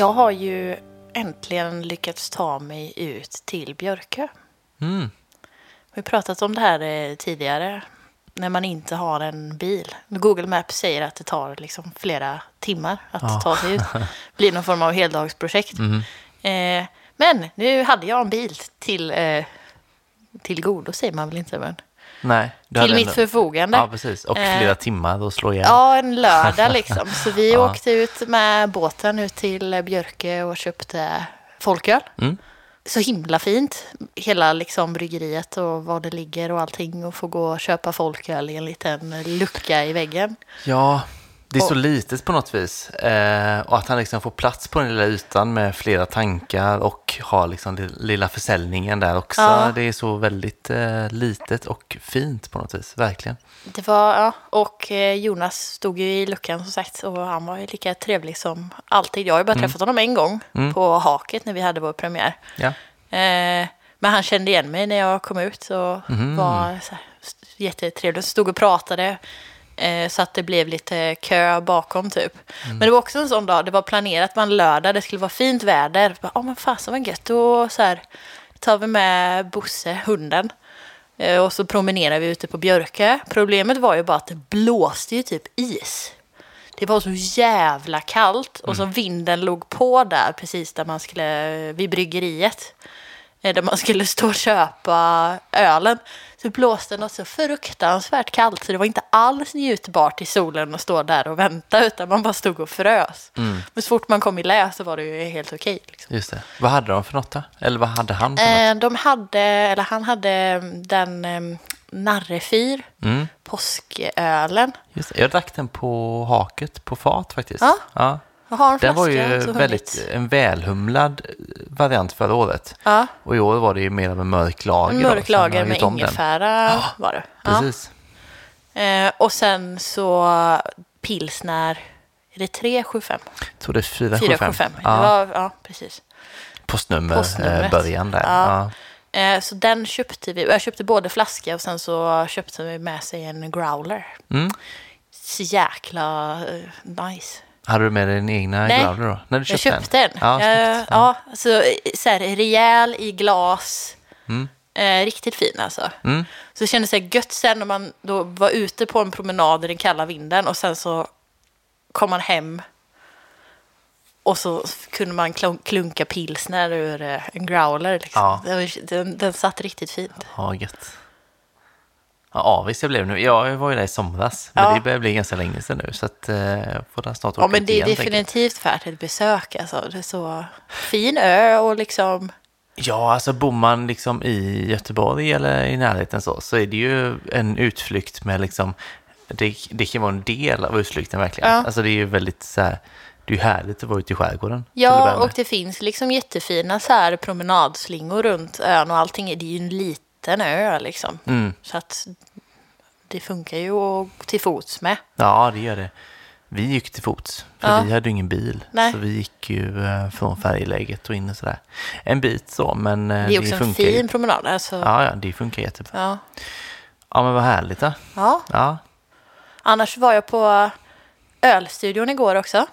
Jag har ju äntligen lyckats ta mig ut till Björkö. Mm. Vi har pratat om det här tidigare. När man inte har en bil. Google Maps säger att det tar liksom flera timmar att ta sig ut. Blir någon form av heldagsprojekt. Men nu hade jag en bil till godo, säger man väl inte. Men Nej, till mitt förfogande. Ja, precis. Och flera timmar att slå igen. Ja, en lördag liksom. Så vi åkte ut med båten ut till Björkö och köpte folköl. Mm. Så himla fint. Hela liksom bryggeriet och var det ligger och allting. Och få gå och köpa folköl i en liten lucka i väggen. Ja, det är så litet på något vis. Och att han liksom får plats på den lilla ytan med flera tankar och har liksom den lilla försäljningen där också. Ja. Det är så väldigt litet och fint på något vis, verkligen. Det var, och Jonas stod ju i luckan som sagt och han var ju lika trevlig som alltid. Jag har ju bara träffat honom en gång på Haket när vi hade vår premiär. Ja. Men han kände igen mig när jag kom ut och var så här, jättetrevlig. Stod och pratade. Så att det blev lite kö bakom typ. Men det var också en sån dag, det var planerat man lördag, det skulle vara fint väder. Men fasen vad gött. Och så här tar vi med Bosse, hunden. Och så promenerar vi ute på Björkö. Problemet var ju bara att det blåste ju typ is. Det var så jävla kallt. Och så vinden låg på där precis där man skulle, vid bryggeriet. Där man skulle stå och köpa ölen. Så blåste något så fruktansvärt kallt. Så det var inte alls njutbart i solen att stå där och vänta. Utan man bara stod och frös. Men så fort man kom i lä så var det ju helt okej. Liksom. Just det. Vad hade de för något då? Eller vad hade han för något? Han hade den Narrefyr. Påskölen. Just det. Jag drack den på Haket på fat faktiskt. Ja. Den var ju väldigt en välhumlad variant förra året. Ja. Och i år var det ju mer av en mörk lager. En mörk lager med ingefära var det. Precis. Och sen så pilsner, är det 375? Jag tror det är 475. Ja, precis. Postnummer början där. Ja. Så den köpte vi. Jag köpte både flaska och sen så köpte vi med sig en growler. Så jäkla nice. Hade du med dig din egna growler då? När du köpte jag köpte den. Så här rejäl i glas. Riktigt fin alltså. Så det kändes så gött sen när man då var ute på en promenad i den kalla vinden och sen så kom man hem och så kunde man klunka pilsner ur en growler. Liksom. Den satt riktigt fint. Ja, gött. Ja, avis jag blev nu. Jag var ju där i somras. Men det börjar bli ganska länge sedan nu. Så att får den snart åka men det är definitivt värt ett besök. Alltså. Det är så fin ö och liksom... Ja, alltså bor man liksom i Göteborg eller i närheten så är det ju en utflykt med liksom... Det kan vara en del av utflykten verkligen. Ja. Alltså det är ju väldigt så här... Det är ju härligt att vara ute i skärgården. Ja, och det finns liksom jättefina så här promenadslingor runt ön och allting. Det är ju en liten ö liksom. Så att det funkar ju till fots med. Ja, det gör det. Vi gick till fots, för vi hade ju ingen bil. Nej. Så vi gick ju från färjeläget och in och sådär. En bit så, men det är också en fin promenad. Alltså. Ja, det funkar jättebra. Ja, men vad härligt då. Ja. Annars var jag på ölstudion igår också.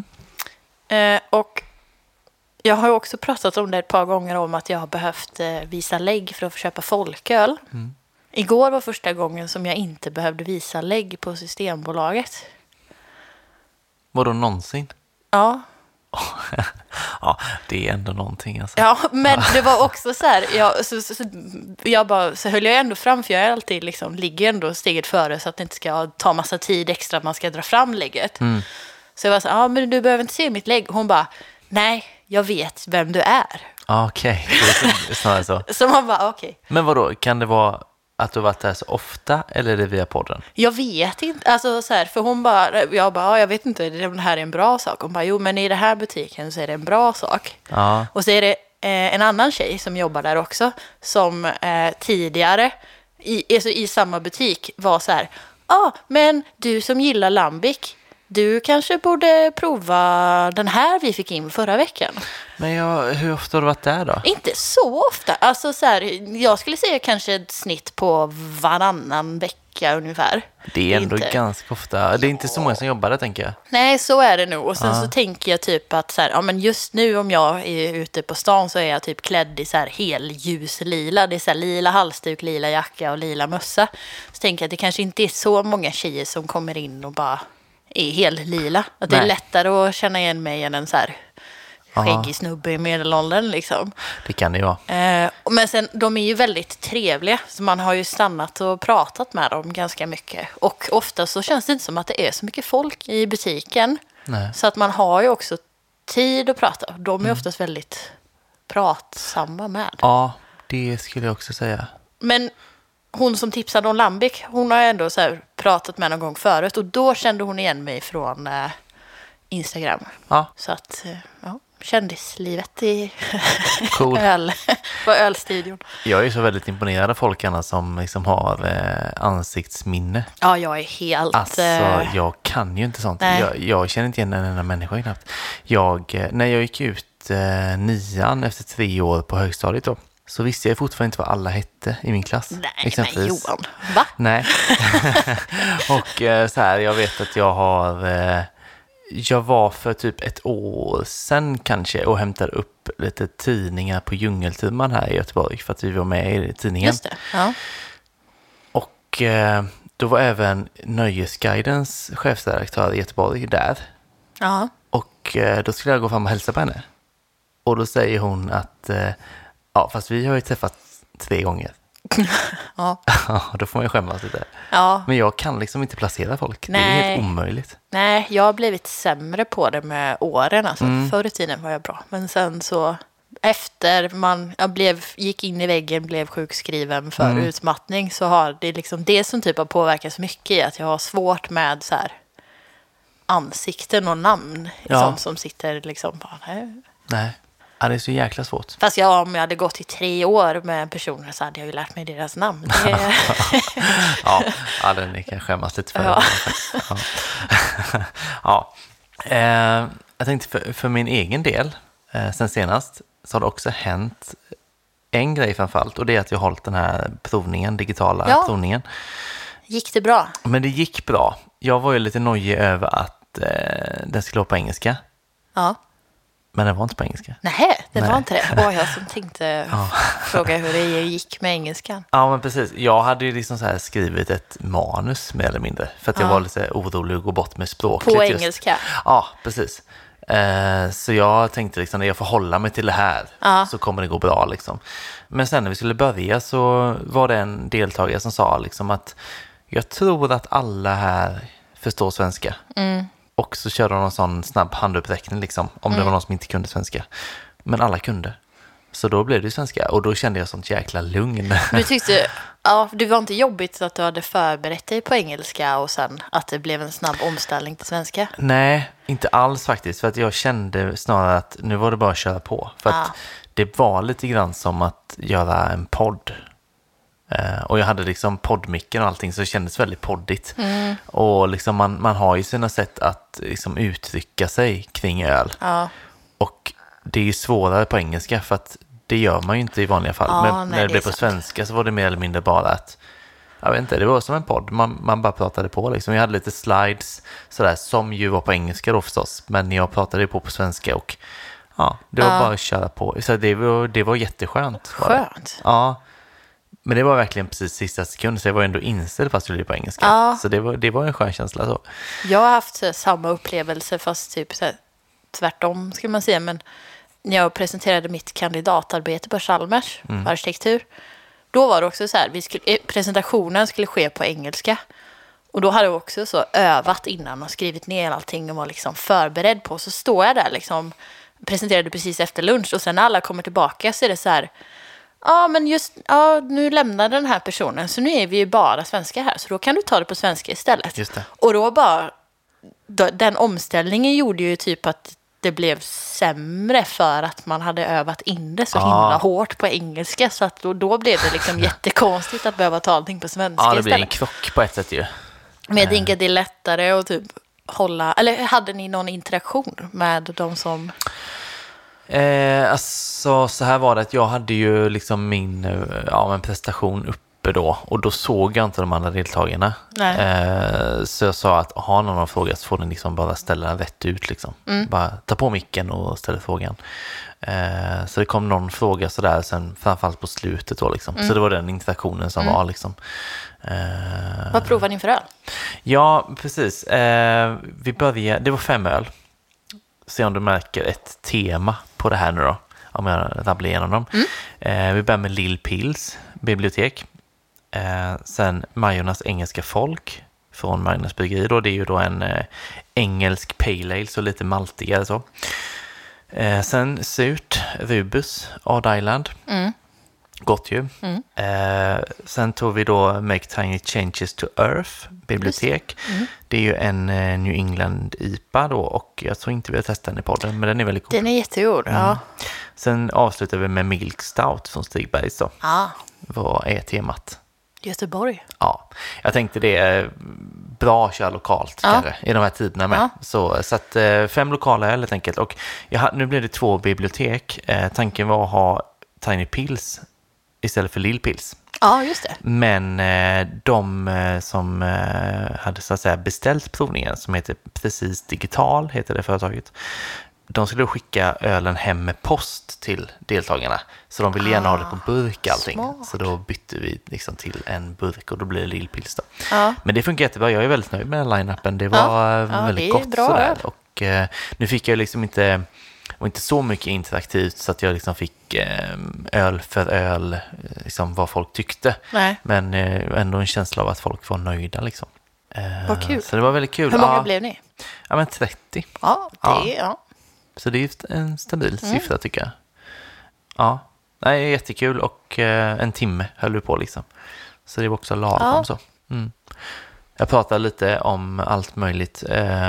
Och jag har också pratat om det ett par gånger om att jag har behövt visa lägg för att få köpa folköl. Igår var första gången som jag inte behövde visa lägg på Systembolaget. Vadå någonsin? Ja. Ja, det är ändå någonting alltså. Ja, men det var också så här, så höll jag ändå fram, för jag är alltid liksom, ligger ändå steget före så att det inte ska ta massa tid extra att man ska dra fram lägget. Så jag var så här, men du behöver inte se mitt lägg. Hon bara, nej, jag vet vem du är. Okej. Så man bara, okej. Men vadå, kan det vara att du har varit där så ofta eller är det via podden? Jag vet inte, alltså så här, för hon bara, jag vet inte, det här är en bra sak. Hon bara, jo men i den här butiken så är det en bra sak. Ja. Och så är det en annan tjej som jobbar där också, som tidigare i samma butik var så här, men du som gillar Lambic, du kanske borde prova den här vi fick in förra veckan. Men hur ofta har du varit där då? Inte så ofta. Alltså så här, jag skulle säga kanske ett snitt på varannan vecka vecka ungefär. Det är ändå ganska ofta. Det är inte så många som jobbar där, tänker jag. Nej, så är det nog. Och sen så tänker jag typ att så här, ja, men just nu om jag är ute på stan så är jag typ klädd i så här helljuslila. Det är så här lila halsduk, lila jacka och lila mössa. Så tänker jag att det kanske inte är så många tjejer som kommer in och bara är helt lila. Att det är lättare att känna igen mig än en så här skäggig snubbe i medelåldern liksom. Det kan det ju vara. Men sen, de är ju väldigt trevliga. Så man har ju stannat och pratat med dem ganska mycket. Och ofta så känns det inte som att det är så mycket folk i butiken. Nej. Så att man har ju också tid att prata. De är oftast väldigt pratsamma med. Ja, det skulle jag också säga. Men hon som tipsade om Lambic, hon har ändå så här pratat med någon gång förut. Och då kände hon igen mig från Instagram. Ja. Så att, ja. Kändislivet i Cool. på ölstudion. Jag är ju så väldigt imponerad av folk annars som liksom har ansiktsminne. Ja, jag är helt... Alltså, jag kan ju inte sånt. Jag känner inte igen en enda människa knappt. När jag gick ut 9:an efter 3 år på högstadiet då, så visste jag fortfarande inte vad alla hette i min klass. Nej, exempelvis. men Johan, va? Nej. Och så här, jag vet att jag var för typ 1 år sedan kanske och hämtade upp lite tidningar på Djungeltimman här i Göteborg för att vi var med i tidningen. Just det, ja. Och då var även Nöjesguidens chefsredaktör i Göteborg där. Ja. Och då skulle jag gå fram och hälsa på henne. Och då säger hon att fast vi har ju träffats 3 gånger. Ja. Då får man ju skämmas lite. Ja. Men jag kan liksom inte placera folk. Nej. Det är helt omöjligt. Nej, jag har blivit sämre på det med åren. Alltså. Förr i tiden var jag bra. Men sen så efter gick in i väggen, blev sjukskriven för utmattning, så har det liksom det som typ har påverkat så mycket i att jag har svårt med så här ansikten och namn. Sånt som sitter liksom bara... Nej. Ja, det är så jäkla svårt. Fast om jag hade gått i 3 år med personer så hade jag ju lärt mig deras namn. Ja, den kan skämmas lite för. Ja. Jag tänkte för min egen del, sen senast, så har det också hänt en grej framförallt. Och det är att jag har hållit den här digitala provningen. Gick det bra? Men det gick bra. Jag var ju lite nojig över att den skulle vara på engelska. Ja. Men den var inte på engelska. Nej, det var inte det. Jag som tänkte fråga hur det gick med engelskan. Ja, men precis. Jag hade ju liksom så här skrivit ett manus mer eller mindre. För att jag var lite orolig att gå bort med språket. På engelska? Ja, precis. Så jag tänkte liksom, när jag får hålla mig till det här så kommer det gå bra liksom. Men sen när vi skulle börja så var det en deltagare som sa liksom att jag tror att alla här förstår svenska. Och så körde de en sån snabb handuppräckning liksom, om det var någon som inte kunde svenska. Men alla kunde. Så då blev det svenska. Och då kände jag sånt jäkla lugn. Du tyckte, det var inte jobbigt att du hade förberett dig på engelska och sen att det blev en snabb omställning till svenska? Nej, inte alls faktiskt. För att jag kände snarare att nu var det bara att köra på. För att det var lite grann som att göra en podd. Och jag hade liksom poddmicken och allting, så det kändes väldigt poddigt. Och liksom man har ju sina sätt att liksom uttrycka sig kring öl. Och det är ju svårare på engelska för att det gör man ju inte i vanliga fall. Men när det blev på svenska så var det mer eller mindre bara att, jag vet inte, det var som en podd. Man bara pratade på liksom. Jag hade lite slides sådär, som ju var på engelska då förstås. Men jag pratade på svenska och det var bara att köra på. Så det var jätteskönt. Skönt? Ja. Men det var verkligen precis sista sekund, så jag var ändå inställd fast det blev på engelska. Så det var en skön känsla så. Jag har haft samma upplevelse fast typ så här, tvärtom skulle man säga. Men när jag presenterade mitt kandidatarbete på Chalmers arkitektur, då var det också så här, presentationen skulle ske på engelska. Och då hade jag också så övat innan och skrivit ner allting och var liksom förberedd på. Så står jag där liksom, presenterade precis efter lunch och sen när alla kommer tillbaka så är det så här, nu lämnar den här personen så nu är vi ju bara svenska här, så då kan du ta det på svenska istället. Just det. Och då den omställningen gjorde ju typ att det blev sämre för att man hade övat in det så himla hårt på engelska, så att då blev det liksom jättekonstigt att behöva ta allting på svenska istället. Ja, det blir en krock på ett sätt ju. Men jag tänker att det är lättare att typ hålla, eller hade ni någon interaktion med de som... Alltså så här var det att jag hade ju liksom min prestation uppe uppe då och då såg jag inte de andra deltagarna. Så jag sa att har någon frågat så får den liksom bara ställa rätt ut liksom. Bara ta på micken och ställa frågan. Så det kom någon fråga sådär sen framförallt på slutet då liksom. Så det var den interaktionen som var liksom. Vad provade ni för öl? Ja, precis. Vi började, det var 5 öl. Se om du märker ett tema på det här nu då. Om jag rabblar igenom dem. Vi börjar med Lill Pils bibliotek. Sen Majornas engelska folk från Majornas bryggeri då. Det är ju då en engelsk pale ale, så lite maltigare så. Sen Surt, Rubus, Odd Island. Gott ju. Sen tog vi då Make Tiny Changes to Earth bibliotek. Det är ju en New England IPA då och jag tror inte vi har testat den i podden, men den är väldigt god. Den är jättegod, ja. Sen avslutar vi med Milk Stout från Stigbergs då. Vad är temat? Göteborg. Ja, jag tänkte det är bra att köra lokalt kanske, i de här tiderna med. Så att 5 lokala öl helt enkelt. Och nu blir det 2 bibliotek. Tanken var att ha Tiny Pils istället för Lill Pils. Ja, just det. Men de som hade så att säga beställt provningen, som heter Precis Digital, heter det företaget, de skulle skicka ölen hem med post till deltagarna. Så de ville gärna ha det på burk allting. Smart. Så då bytte vi liksom till en burk och då blir det Lill Pils då. Men det funkar jättebra. Jag är väldigt nöjd med line-upen. Det var väldigt gott bra sådär. öl. Och nu fick jag liksom inte så mycket interaktivt så att jag liksom fick öl för öl, liksom vad folk tyckte. Nej. Men ändå en känsla av att folk var nöjda liksom. Vad kul. Så det var väldigt kul. Hur många blev ni? Ja, men 30. Ja, Så det är ju en stabil siffra tycker jag. Ja, nej, jättekul och en timme höll vi på liksom. Så det var också lagom så. Jag pratade lite om allt möjligt.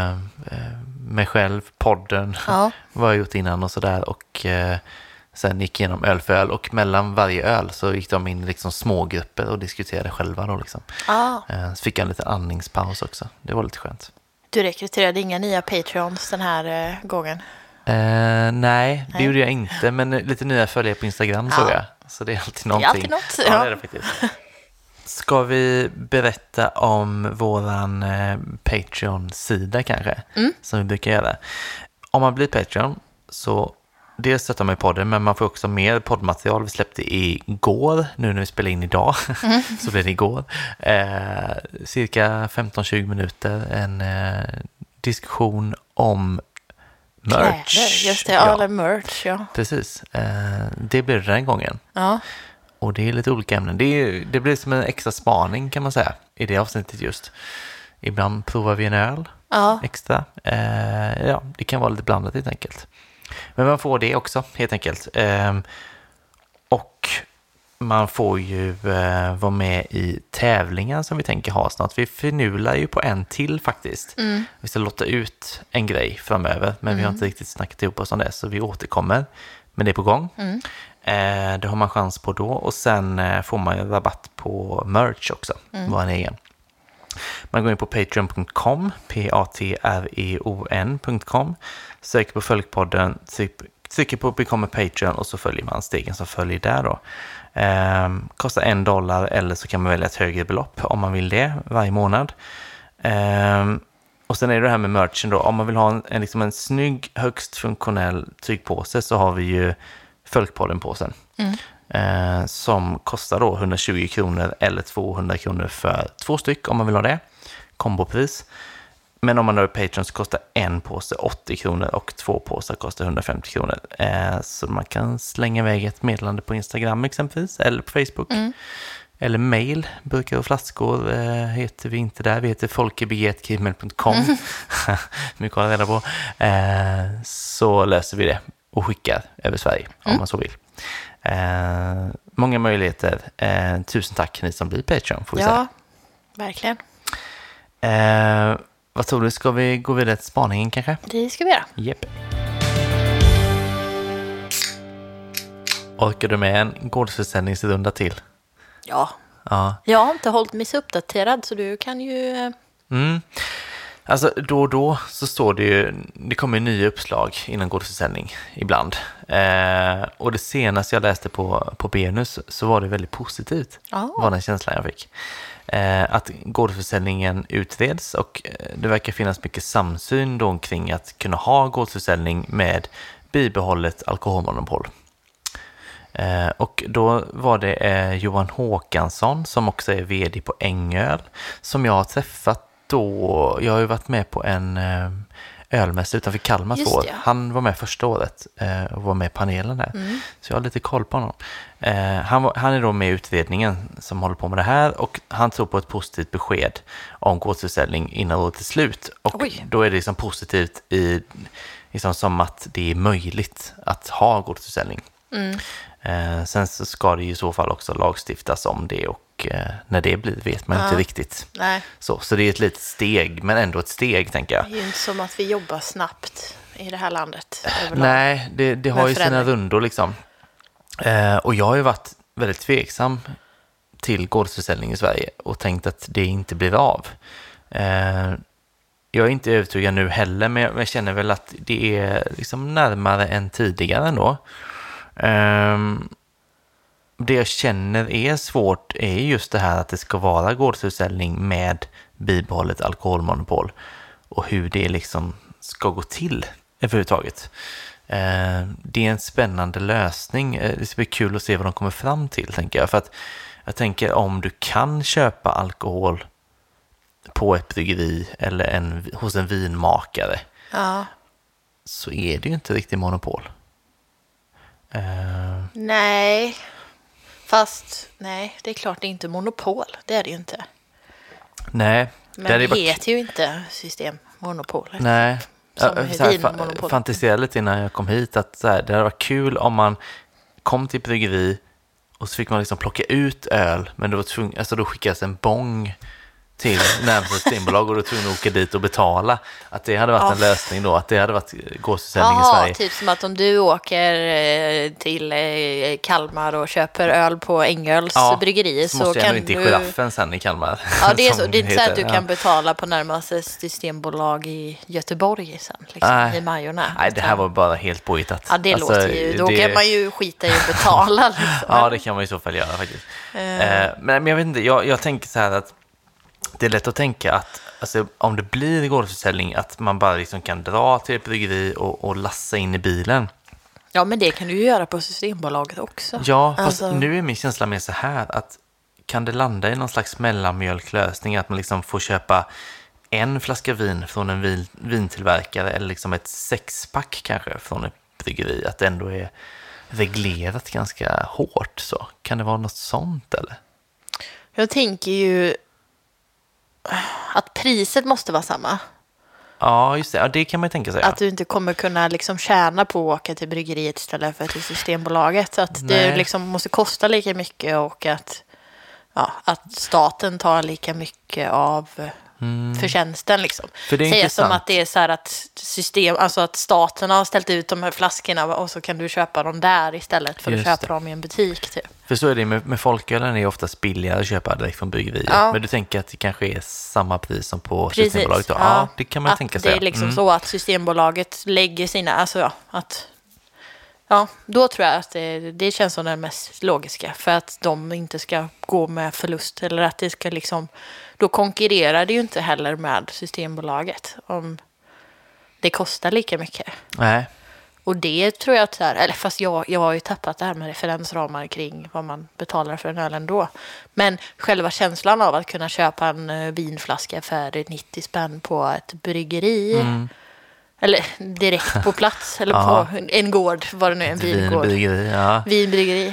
Mig själv, podden, vad jag gjort innan och sådär. Och sen gick igenom öl för öl. Och mellan varje öl så gick de in i liksom små grupper och diskuterade själva då liksom. Så fick jag en liten andningspaus också. Det var lite skönt. Du rekryterade inga nya Patreons den här gången? Nej, det gjorde jag inte. Men lite nya följare på Instagram såg jag. Så det är alltid någonting. Det är alltid något. Ja, det är det faktiskt. Ska vi berätta om våran Patreon-sida kanske? Som vi brukar göra. Om man blir Patreon så dels stöttar man i podden, men man får också mer poddmaterial. Vi släppte igår, nu när vi spelar in idag, så blev det igår. Cirka 15-20 minuter, en diskussion om merch. Kläder, just det, alla merch, ja. Precis, det blir det den gången. Ja. Och det är lite olika ämnen. Det blir som en extra spaning kan man säga i det avsnittet just. Ibland provar vi en öl extra. Det kan vara lite blandat helt enkelt. Men man får det också helt enkelt. Och man får ju vara med i tävlingar som vi tänker ha snart. Vi förnular ju på en till faktiskt. Vi ska lotta ut en grej framöver. Men vi har inte riktigt snackat ihop oss om det. Så vi återkommer. Men det är på gång. Det har man chans på då. Och sen får man ju rabatt på merch också. Vår egen. Man går in på patreon.com, patreon.com, söker på Följpodden, trycker på Become a Patreon och så följer man stegen som följer där då. Kostar $1 eller så kan man välja ett högre belopp om man vill det varje månad. Och sen är det här med merchen då. Om man vill ha en snygg, högst funktionell tryckpåse så har vi ju Följpodden-påsen. Som kostar då 120 kronor eller 200 kronor för 2 styck om man vill ha det. Kombopris. Men om man har Patreon så kostar en påse 80 kronor och 2 påsar kostar 150 kronor. Så man kan slänga iväg ett meddelande på Instagram exempelvis eller på Facebook. Eller mail, burkar och flaskor heter vi inte där. Vi heter folkebeget@gmail.com. Mycket att reda på. Så löser vi det och skickar över Sverige om man så vill. Många möjligheter. Tusen tack ni som blir Patreon får vi säga. Verkligen. Vad tror du? Ska vi gå vidare till spaningen kanske? Det ska vi göra. Japp. Orkar du med en gårdsförsäljningsrunda till? Ja. Jag har inte hållit mig så uppdaterad så du kan ju... Alltså då och då så står det ju, det kommer ju nya uppslag inom gårdsförsäljning ibland. Och det senaste jag läste på Benus så var det väldigt positivt, var den känslan jag fick. Att gårdsförsäljningen utreds och det verkar finnas mycket samsyn då kring att kunna ha gårdsförsäljning med bibehållet alkoholmonopol. Och då var det Johan Håkansson som också är vd på Ängöl som jag har träffat då. Jag har ju varit med på en ölmässa utanför Kalmar 2 år. Han var med första året och var med i panelen där. Så jag har lite koll på honom. Han är då med i utredningen som håller på med det här och han tror på ett positivt besked om gårdsförsäljning innan året är slut. Och då är det liksom positivt i liksom som att det är möjligt att ha gårdsförsäljning. Sen så ska det i så fall också lagstiftas om det och när det blir vet man inte riktigt. Nej. Så det är ett litet steg, men ändå ett steg tänker jag. Det är ju inte som att vi jobbar snabbt i det här landet. Nej, det har ju sina rundor liksom. Och jag har ju varit väldigt tveksam till gårdsförsäljning i Sverige och tänkt att det inte blir av. Jag är inte övertygad nu heller, men jag känner väl att det är liksom närmare än tidigare ändå. Det jag känner är svårt är just det här att det ska vara gårdsförsäljning med bibehållet alkoholmonopol och hur det liksom ska gå till överhuvudtaget. Det är en spännande lösning. Det ska bli kul att se vad de kommer fram till, tänker jag. För att jag tänker om du kan köpa alkohol på ett bryggeri eller hos en vinmakare så är det ju inte riktigt monopol. Nej, fast nej, det är klart det är inte monopol. Det är det ju inte. Nej. Men det heter ju inte systemmonopolet. Nej. Jag fantiserade lite innan jag kom hit att det hade varit kul om man kom till bryggeri och så fick man liksom plocka ut öl, men då skickas en bång till närmaste systembolag och då tvungen att åka dit och betala. Att det hade varit en lösning då, att det hade varit gårdsförsäljning i Sverige. Typ som att om du åker till Kalmar och köper öl på Ängöls bryggeri så måste jag kan inte du... i Giraffen sen i Kalmar. Ja, det är så. Det är inte så att du kan betala på närmaste systembolag i Göteborg sen, liksom, i Majorna. Nej, det här var bara helt påhittat. Ja, det låter ju... Då kan man ju skita i att betala. Liksom. Ja, det kan man i så fall göra faktiskt. Men jag vet inte, jag tänker så här att det är lätt att tänka att alltså, om det blir gårdsförsäljning att man bara liksom kan dra till ett bryggeri och lassa in i bilen. Ja, men det kan du ju göra på Systembolaget också. Ja, fast nu är min känsla mer så här att kan det landa i någon slags mellanmjölklösning att man liksom får köpa en flaska vin från en vintillverkare eller liksom ett 6-pack kanske från ett bryggeri, att det ändå är reglerat ganska hårt så. Kan det vara något sånt eller? Jag tänker ju att priset måste vara samma. Ja, just det. Ja, det kan man ju tänka sig. Att du inte kommer kunna liksom tjäna på att åka till bryggeriet istället för till Systembolaget. Så att det liksom måste kosta lika mycket och att staten tar lika mycket av förtjänsten liksom. För det är säga intressant. som att det är så här att staten har ställt ut de här flaskorna och så kan du köpa dem där istället för att köpa dem i en butik typ. För så är det med folkölen är oftast billigare att köpa direkt från bryggerier. Ja. Men du tänker att det kanske är samma pris som på Systembolaget då? Ja, det kan man tänka sig. Det är liksom så att Systembolaget lägger sina, då tror jag att det känns som den mest logiska för att de inte ska gå med förlust eller att det ska liksom, då konkurrerar det ju inte heller med Systembolaget om det kostar lika mycket. Nej. Och det tror jag att fast jag har ju tappat det här med referensramar kring vad man betalar för en öl ändå. Men själva känslan av att kunna köpa en vinflaska för 90 spänn på ett bryggeri eller direkt på plats eller på en gård, vad det nu är, en vingård. Vinbryggeri.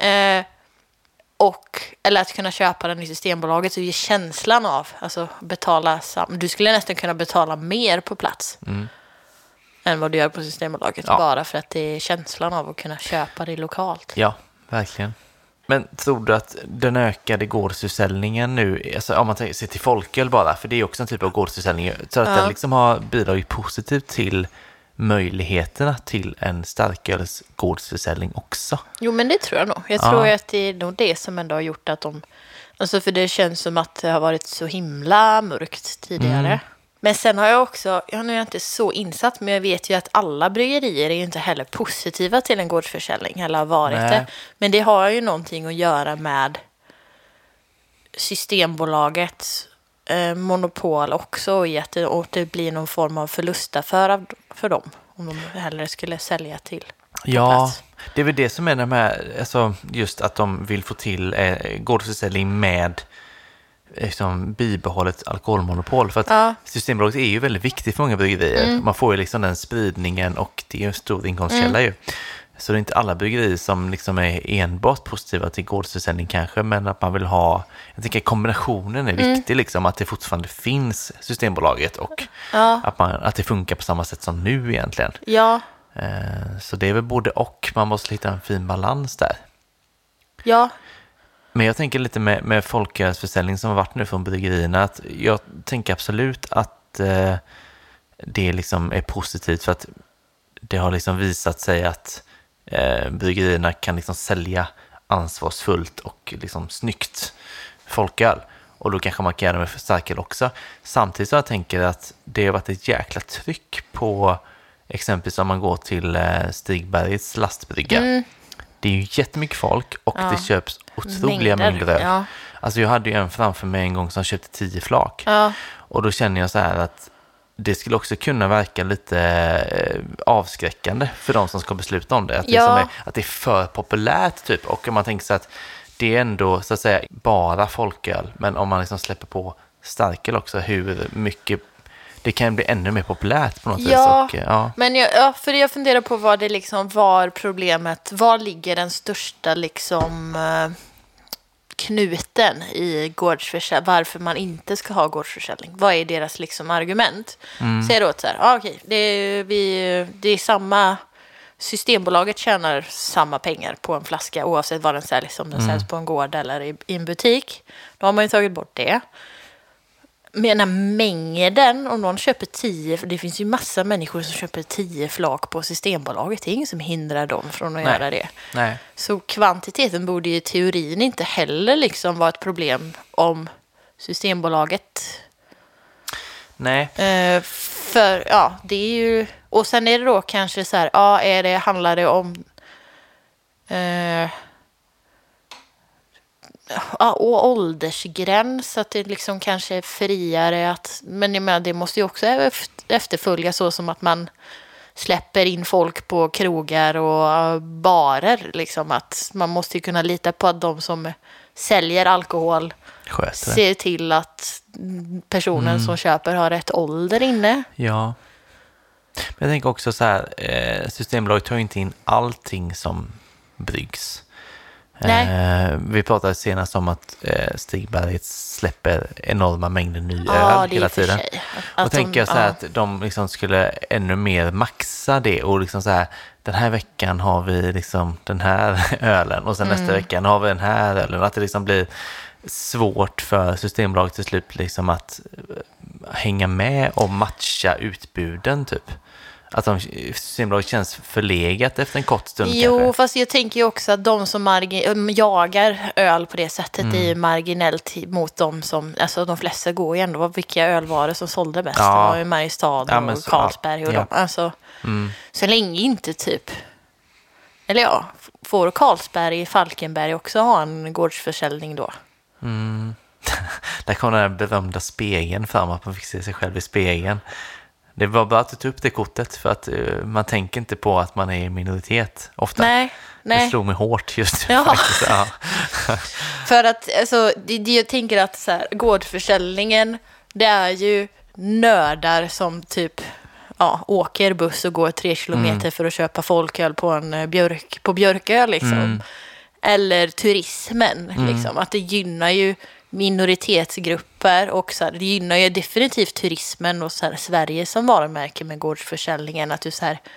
Eller att kunna köpa den i Systembolaget så ger känslan av betala du skulle nästan kunna betala mer på plats än vad du gör på Systembolaget bara för att det är känslan av att kunna köpa det lokalt. Ja, verkligen. Men tror du att den ökade gårdsförsäljningen nu, om man ser till folköl bara, för det är också en typ av gårdsförsäljning, så att den liksom har bidragit positivt till möjligheterna till en starköls gårdsförsäljning också? Jo, men det tror jag nog. Jag tror att det är nog det som ändå har gjort att de... för det känns som att det har varit så himla mörkt tidigare. Men sen har jag också, nu är jag inte så insatt, men jag vet ju att alla bryggerier är ju inte heller positiva till en gårdsförsäljning, eller har varit det. Men det har ju någonting att göra med Systembolagets monopol också, i att det blir någon form av förlustaffär för dem, om de hellre skulle sälja till plats. Det är väl det som är de här, alltså just att de vill få till gårdsförsäljning med liksom bibehållet alkoholmonopol, för att Systembolaget är ju väldigt viktigt för många bryggerier. Man får ju liksom den spridningen, och det är ju en stor inkomstkälla ju. Så det är inte alla bryggerier som liksom är enbart positiva till gårdsförsäljning kanske, men att man vill ha, jag tänker kombinationen är viktig liksom, att det fortfarande finns Systembolaget och att det funkar på samma sätt som nu egentligen. Ja. Så det är väl både och, man måste hitta en fin balans där. Ja. Men jag tänker lite med folkölsförsäljning som har varit nu från bryggerierna, att jag tänker absolut att det liksom är positivt, för att det har liksom visat sig att bryggerierna kan liksom sälja ansvarsfullt och liksom snyggt folköl. Och då kanske man kan göra det med starköl också. Samtidigt så jag tänker att det har varit ett jäkla tryck på, exempelvis om man går till Stigbergets lastbrygga. Det är ju jättemycket folk och det köps otroliga mängder öl. Ja. Alltså jag hade ju en framför mig en gång som köpte 10 flak. Ja. Och då känner jag så här att det skulle också kunna verka lite avskräckande för de som ska besluta om det. Att, att det är för populärt typ. Och om man tänker så att det är ändå så att säga bara folköl. Men om man liksom släpper på starköl också, hur mycket det kan bli ännu mer populärt på något vis. Och, men för jag funderar på vad det liksom var problemet. Var ligger den största liksom knuten i gårdsförsäljning? Varför man inte ska ha gårdsförsäljning? Vad är deras liksom argument? Säger då så här, okej, det är samma, Systembolaget tjänar samma pengar på en flaska oavsett vad den säljs, om den säljs på en gård eller i en butik. Då har man ju tagit bort det. Men den mängden, om någon köper 10, för det finns ju massa människor som köper 10 flak på Systembolaget, det är ingen som hindrar dem från att göra det. Nej. Så kvantiteten borde ju i teorin inte heller liksom vara ett problem om Systembolaget. Nej. För det är ju, och sen är det då kanske så här, handlar det om och åldersgräns, att det liksom kanske är friare att, men jag menar, det måste ju också efterfölja, så som att man släpper in folk på krogar och barer liksom, att man måste ju kunna lita på att de som säljer alkohol ser till att personen som köper har rätt ålder inne. Ja. Men jag tänker också så här, Systembolaget tar ju inte in allting som bryggs. Vi pratade senast om att Stigberget släpper enorma mängder ny öl hela tiden. Och tänker jag så här att de liksom skulle ännu mer maxa det, och liksom så här, den här veckan har vi liksom den här ölen och sen nästa veckan har vi den här ölen, att det liksom blir svårt för Systembolaget till slut liksom att hänga med och matcha utbuden typ. Att Systembolaget känns förlegat efter en kort stund. Jo, kanske. Fast jag tänker ju också att de som jagar öl på det sättet är ju marginellt mot de som, alltså de flesta går ju ändå, vilka ölvaror som sålde bäst. Det var ju Mariestad och Carlsberg och de. Alltså, så länge inte typ, eller får Carlsberg i Falkenberg också ha en gårdsförsäljning då? Där kom den här berömda spegeln fram, att man fick se sig själv i spegeln. Det var bara att ta upp det kortet, för att man tänker inte på att man är i minoritet ofta. Nej. Det slog mig hårt just nu faktiskt. Ja. För att alltså, jag tänker att så här, gårdsförsäljningen, det är ju nördar som typ åker buss och går 3 kilometer för att köpa folköl på på Björköl liksom. Eller turismen liksom. Att det gynnar ju minoritetsgrupper, och så här, det gynnar ju definitivt turismen och så här, Sverige som varumärke med gårdsförsäljningen, att du så här,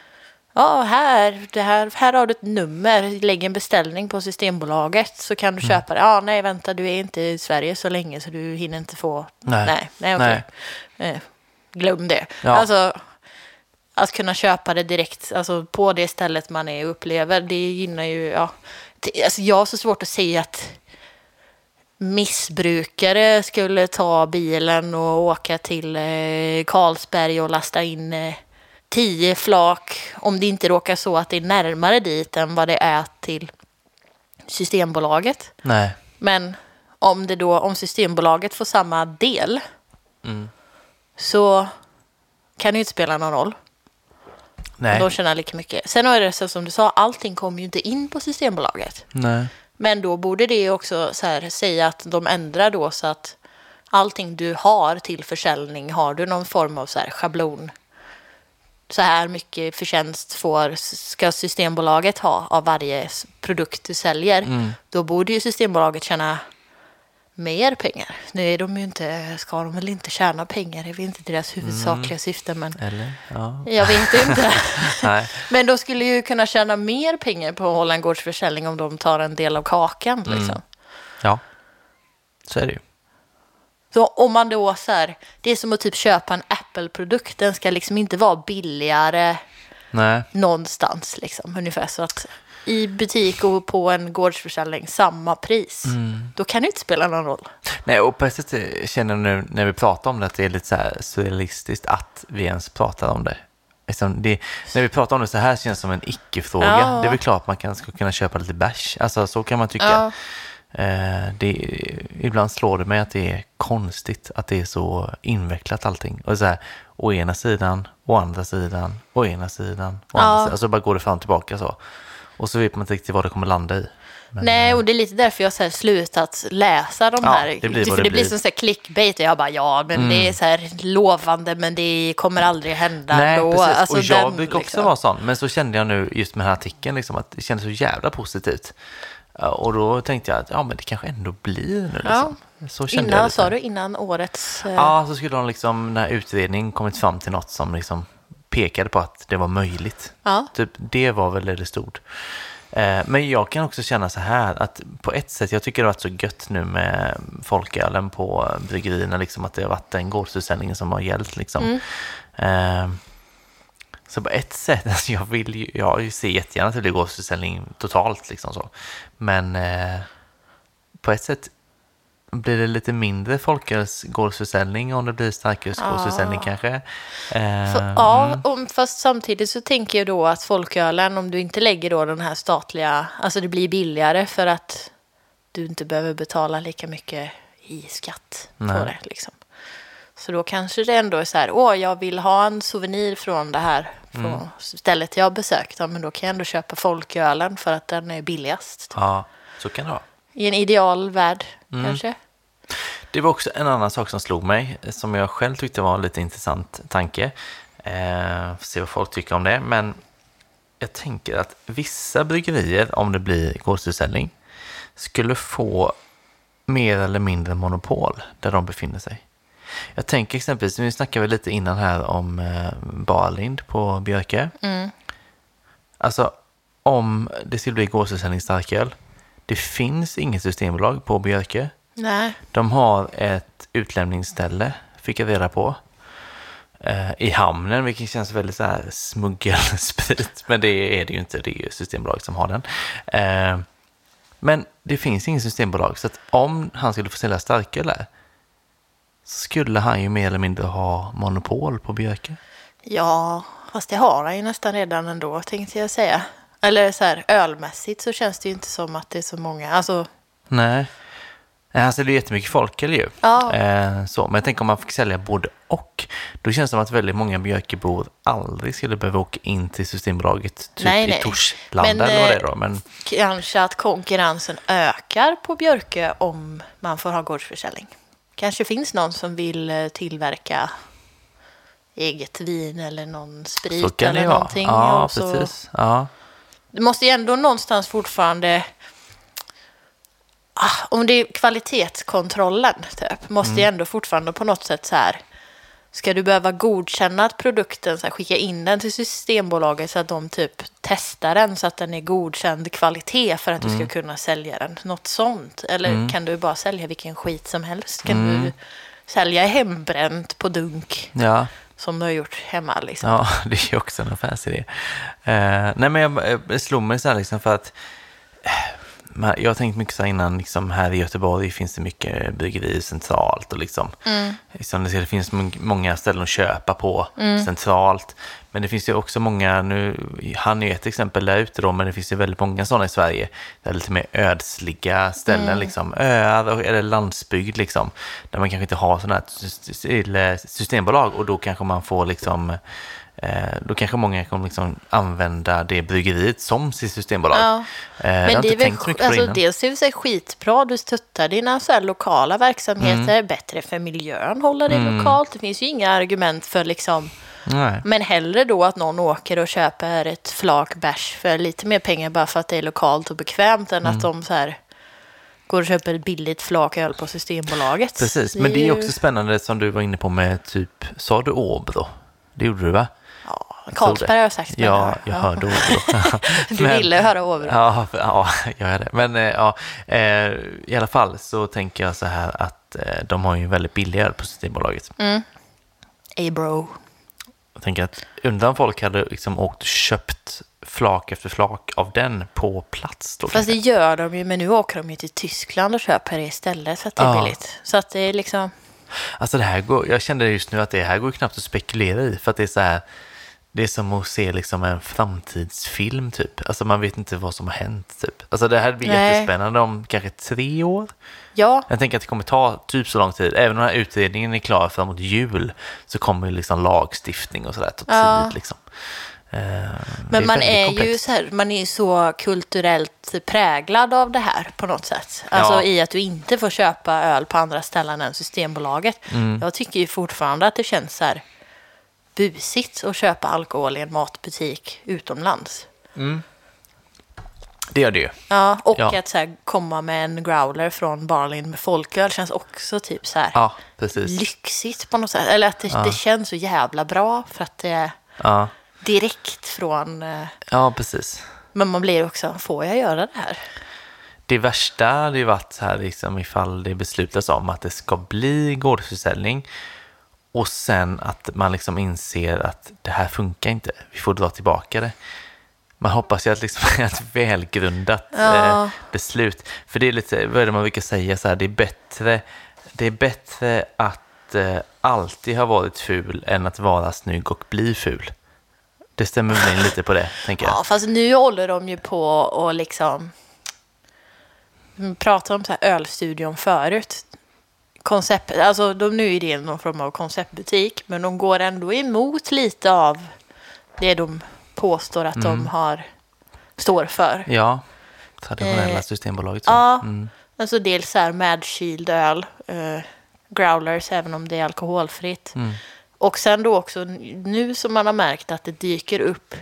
här har du ett nummer, lägg en beställning på Systembolaget så kan du köpa det. Nej vänta, du är inte i Sverige så länge så du hinner inte få. Nej, okej. Glöm det. Alltså att kunna köpa det direkt, alltså på det stället man är och upplever, det gynnar ju alltså jag har så svårt att säga att missbrukare skulle ta bilen och åka till Carlsberg och lasta in 10 flak, om det inte råkar så att det är närmare dit än vad det är till Systembolaget. Nej. Men om Systembolaget får samma del så kan det ju inte spela någon roll. Nej. De tjänar lika mycket. Sen är det så som du sa, allting kommer ju inte in på Systembolaget. Nej. Men då borde det också så här, säga att de ändrar då så att allting du har till försäljning, har du någon form av så här schablon. Så här mycket förtjänst ska Systembolaget ha av varje produkt du säljer. Då borde ju Systembolaget tjäna mer pengar. Nu är de ju inte, ska de väl inte tjäna pengar? Det är väl inte deras huvudsakliga syfte. Men Eller? Ja. jag vet inte. Nej. Men då skulle ju kunna tjäna mer pengar på att hålla en gårdsförsäljning om de tar en del av kakan. Liksom. Ja, så är det ju. Så om man då så här, det är som att typ köpa en Apple-produkt. Den ska liksom inte vara billigare någonstans. Liksom, ungefär så att i butik och på en gårdsförsäljning samma pris. Då kan det inte spela någon roll. Nej, och på ett sätt känner jag nu när vi pratar om det att det är lite så här surrealistiskt att vi ens pratar om det. När vi pratar om det så här känns det som en icke-fråga. Ja. Det är väl klart att man ska kunna köpa lite bärs. Alltså så kan man tycka. Ibland slår det mig att det är konstigt att det är så invecklat allting. Och så här, å ena sidan, å andra sidan, å ena sidan, å andra sidan. Alltså bara går det fram och tillbaka så. Och så vet man inte riktigt vad det kommer landa i. Men, nej, och det är lite därför jag så här slutat läsa de här. Det blir för det blir som så här clickbait. Och jag bara, men det är så här lovande, men det kommer aldrig hända. Nej, då. precis. Alltså, och jag brukar också vara sån. Men så kände jag nu just med den här artikeln liksom, att det kändes så jävla positivt. Och då tänkte jag att men det kanske ändå blir nu. Liksom. Så kände jag lite. Innan årets... Ja, så skulle de liksom, när utredningen kommit fram till något som liksom pekade på att det var möjligt. Ja. Typ, det var väl det stod. Men jag kan också känna så här att på ett sätt, jag tycker det har varit så gött nu med folkölen på bryggerierna, liksom, att det har varit den gårdsförsäljningen som har gällt. Liksom. Så på ett sätt, alltså jag ser jättegärna att det blir gårdsförsäljning totalt. Liksom så. Men på ett sätt blir det lite mindre folkölsgårdsförsäljning om det blir starkölsgårdsförsäljning kanske. Fast samtidigt så tänker jag då att folkölen, om du inte lägger då den här statliga, alltså det blir billigare för att du inte behöver betala lika mycket i skatt på det liksom. Så då kanske det ändå är så här, jag vill ha en souvenir från det här på stället jag har besökt. Ja, men då kan jag ändå köpa folkölen för att den är billigast. Ja, så kan det vara. I en ideal värld kanske. Det var också en annan sak som slog mig, som jag själv tyckte var en lite intressant tanke. Se vad folk tycker om det. Men jag tänker att vissa bryggerier, om det blir gårdsförsäljning, skulle få mer eller mindre monopol där de befinner sig. Jag tänker exempelvis, vi snackade lite innan här om Barlind på Björke. Alltså, om det skulle bli gårdsförsäljning starköl, det finns inget systembolag på Björke. Nej. De har ett utlämningsställe, fick jag reda på, i hamnen, vilket känns väldigt så här smuggelsprit. Men det är det ju inte, det är ju Systembolaget som har den. Men det finns inget systembolag, så att om han skulle få sälja starköl där, så skulle han ju mer eller mindre ha monopol på Björke. Ja, fast det har han ju nästan redan ändå, tänkte jag säga. Eller så här, ölmässigt så känns det ju inte som att det är så många. Alltså... Nej. Alltså det är jättemycket folk, eller ju? Ja. Så, men jag tänker om man fick sälja både och. Då känns det som att väldigt många Björkebor aldrig skulle behöva åka in till Systembolaget. Typ i Torslanda eller vad det är då. Men... kanske att konkurrensen ökar på Björke om man får ha gårdsförsäljning. Kanske finns någon som vill tillverka eget vin eller någon sprit eller någonting. Ja, precis. Ja. Det måste ju ändå någonstans fortfarande... om det är kvalitetskontrollen typ, måste ju ändå fortfarande på något sätt så här, ska du behöva godkänna att produkten, så här, skicka in den till Systembolaget så att de typ testar den så att den är godkänd kvalitet för att du ska kunna sälja den, något sånt, eller kan du bara sälja vilken skit som helst, kan du sälja hembränt på dunk som du har gjort hemma liksom. Ja, det är ju också en affärsidé. Nej, men jag slog mig så här liksom för att jag har tänkt mycket så innan, liksom här i Göteborg finns det mycket bryggerier centralt och liksom det finns många ställen att köpa på centralt. Men det finns ju också många, nu han är ju ett exempel där ute då, men det finns ju väldigt många sådana i Sverige där är lite mer ödsliga ställen, liksom öar eller landsbygd liksom, där man kanske inte har sådana här systembolag, och då kanske man får liksom då kanske många kommer liksom använda det bryggeriet som sitt systembolag. Ja. Men det är väl, alltså, dels är det så skitbra, du stöttar dina så här lokala verksamheter, bättre för miljön, håller det lokalt. Det finns ju inga argument för liksom. Nej. Men hellre då att någon åker och köper ett flak bärs för lite mer pengar bara för att det är lokalt och bekvämt än att de så här går och köper ett billigt flak öl på Systembolaget. Precis, men det är också spännande som du var inne på med typ, sa du Åbro? Det gjorde du, va? Ja, Carlsberg har jag sagt. Ja, jag hörde Åbro. Du ville höra Åbro. Ja, jag är det. Men i alla fall så tänker jag så här att de har ju väldigt billig öl på Systembolaget. Hey bro. Jag tänker att undan folk hade liksom åkt och köpt flak efter flak av den på plats. Då. Fast det gör de ju, men nu åker de ju till Tyskland och köper det istället så att det är billigt. Så att det är liksom. Alltså det här går, jag kände just nu att det här går knappt att spekulera i, för att det är så här, det är som att se liksom en framtidsfilm typ. Alltså man vet inte vad som har hänt typ. Alltså det här blir jättespännande om kanske 3 år. Ja. Jag tänker att det kommer ta typ så lång tid. Även om den här utredningen är klar framåt jul så kommer ju liksom lagstiftning och sådär ta tid liksom. Men man är ju så här, man är så kulturellt präglad av det här på något sätt. Alltså i att du inte får köpa öl på andra ställen än Systembolaget. Jag tycker ju fortfarande att det känns så här busigt att köpa alkohol i en matbutik utomlands. Det gör det ju. Ja, och att så här, komma med en growler från Barlin med folköl känns också typ så här lyxigt på något sätt. Eller att det känns så jävla bra för att det är direkt från. Ja, precis. Men man blir också, får jag göra det här? Det värsta hade ju varit här liksom ifall det beslutas om att det ska bli gårdsförsäljning och sen att man liksom inser att det här funkar inte. Vi får dra tillbaka det. Man hoppas ju att liksom är ett välgrundat beslut. För det är lite, vad är det man brukar säga så här, det är bättre att alltid ha varit ful än att vara snygg och bli ful. Det stämmer väl in lite på det, tänker jag. Ja, fast nu håller de ju på och liksom pratar om så här ölstudion förut. Koncept, alltså nu är det någon form av konceptbutik, men de går ändå emot lite av det de påstår att de står för. Ja, traditionella Systembolaget. Ja, alltså dels så här medkyld öl, growlers även om det är alkoholfritt. Och sen då också nu som man har märkt att det dyker upp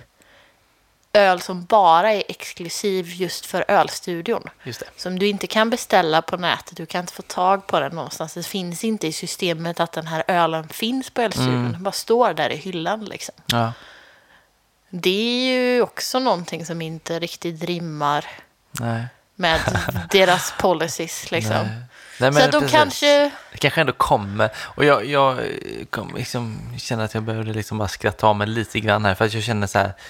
öl som bara är exklusiv just för ölstudion. Just det. Som du inte kan beställa på nätet. Du kan inte få tag på den någonstans. Det finns inte i systemet att den här ölen finns på ölstudion. Den bara står där i hyllan liksom. Ja. Det är ju också någonting som inte riktigt rimmar med deras policies liksom. Nej, så att de kanske ändå kommer. Och jag liksom känner att jag behövde liksom bara skratta av mig lite grann här. För att jag känner så här,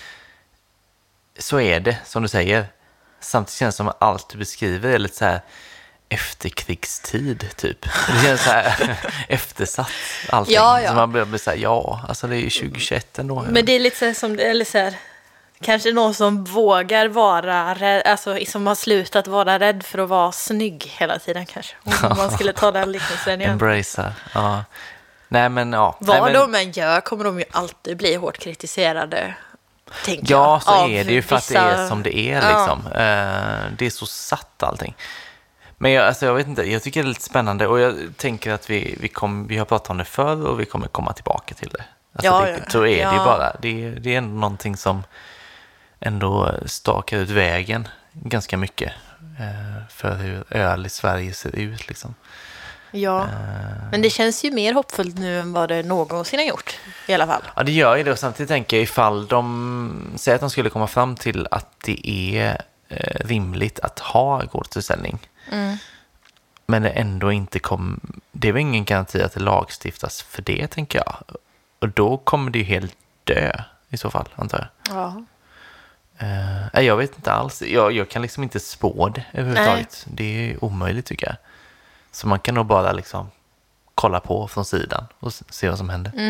så är det, som du säger. Samtidigt känns det som att allt du beskriver är lite så här efterkrigstid, typ. Det känns så här eftersatt allting. Så man börjar bli så här, alltså det är ju 2021 ändå. Men det är lite så här som, eller så här, kanske någon som vågar vara rädd, alltså som har slutat vara rädd för att vara snygg hela tiden kanske. Om man skulle ta den liknelsen igen. Embracea, ja. Nej men de än gör kommer de ju alltid bli hårt kritiserade. Ja, så är det ju för att det är som det är liksom. Det är så satt allting. Men jag vet inte, jag tycker det är lite spännande och jag tänker att vi har pratat om det förr och vi kommer komma tillbaka till det. Alltså så är det ju bara. Det är ändå någonting som ändå stakar ut vägen ganska mycket för hur öl i Sverige ser ut liksom. Ja, men det känns ju mer hoppfullt nu än vad det någonsin har gjort i alla fall. Ja, det gör ju det och samtidigt tänker jag ifall de säger att de skulle komma fram till att det är rimligt att ha gårdsförsäljning. Men det ändå inte det är väl ingen garanti att det lagstiftas för det, tänker jag. Och då kommer det ju helt dö i så fall, antar jag. Ja. Jag vet inte alls. Jag kan liksom inte spå det överhuvudtaget. Nej. Det är omöjligt tycker jag. Så man kan nog bara liksom kolla på från sidan och se vad som händer.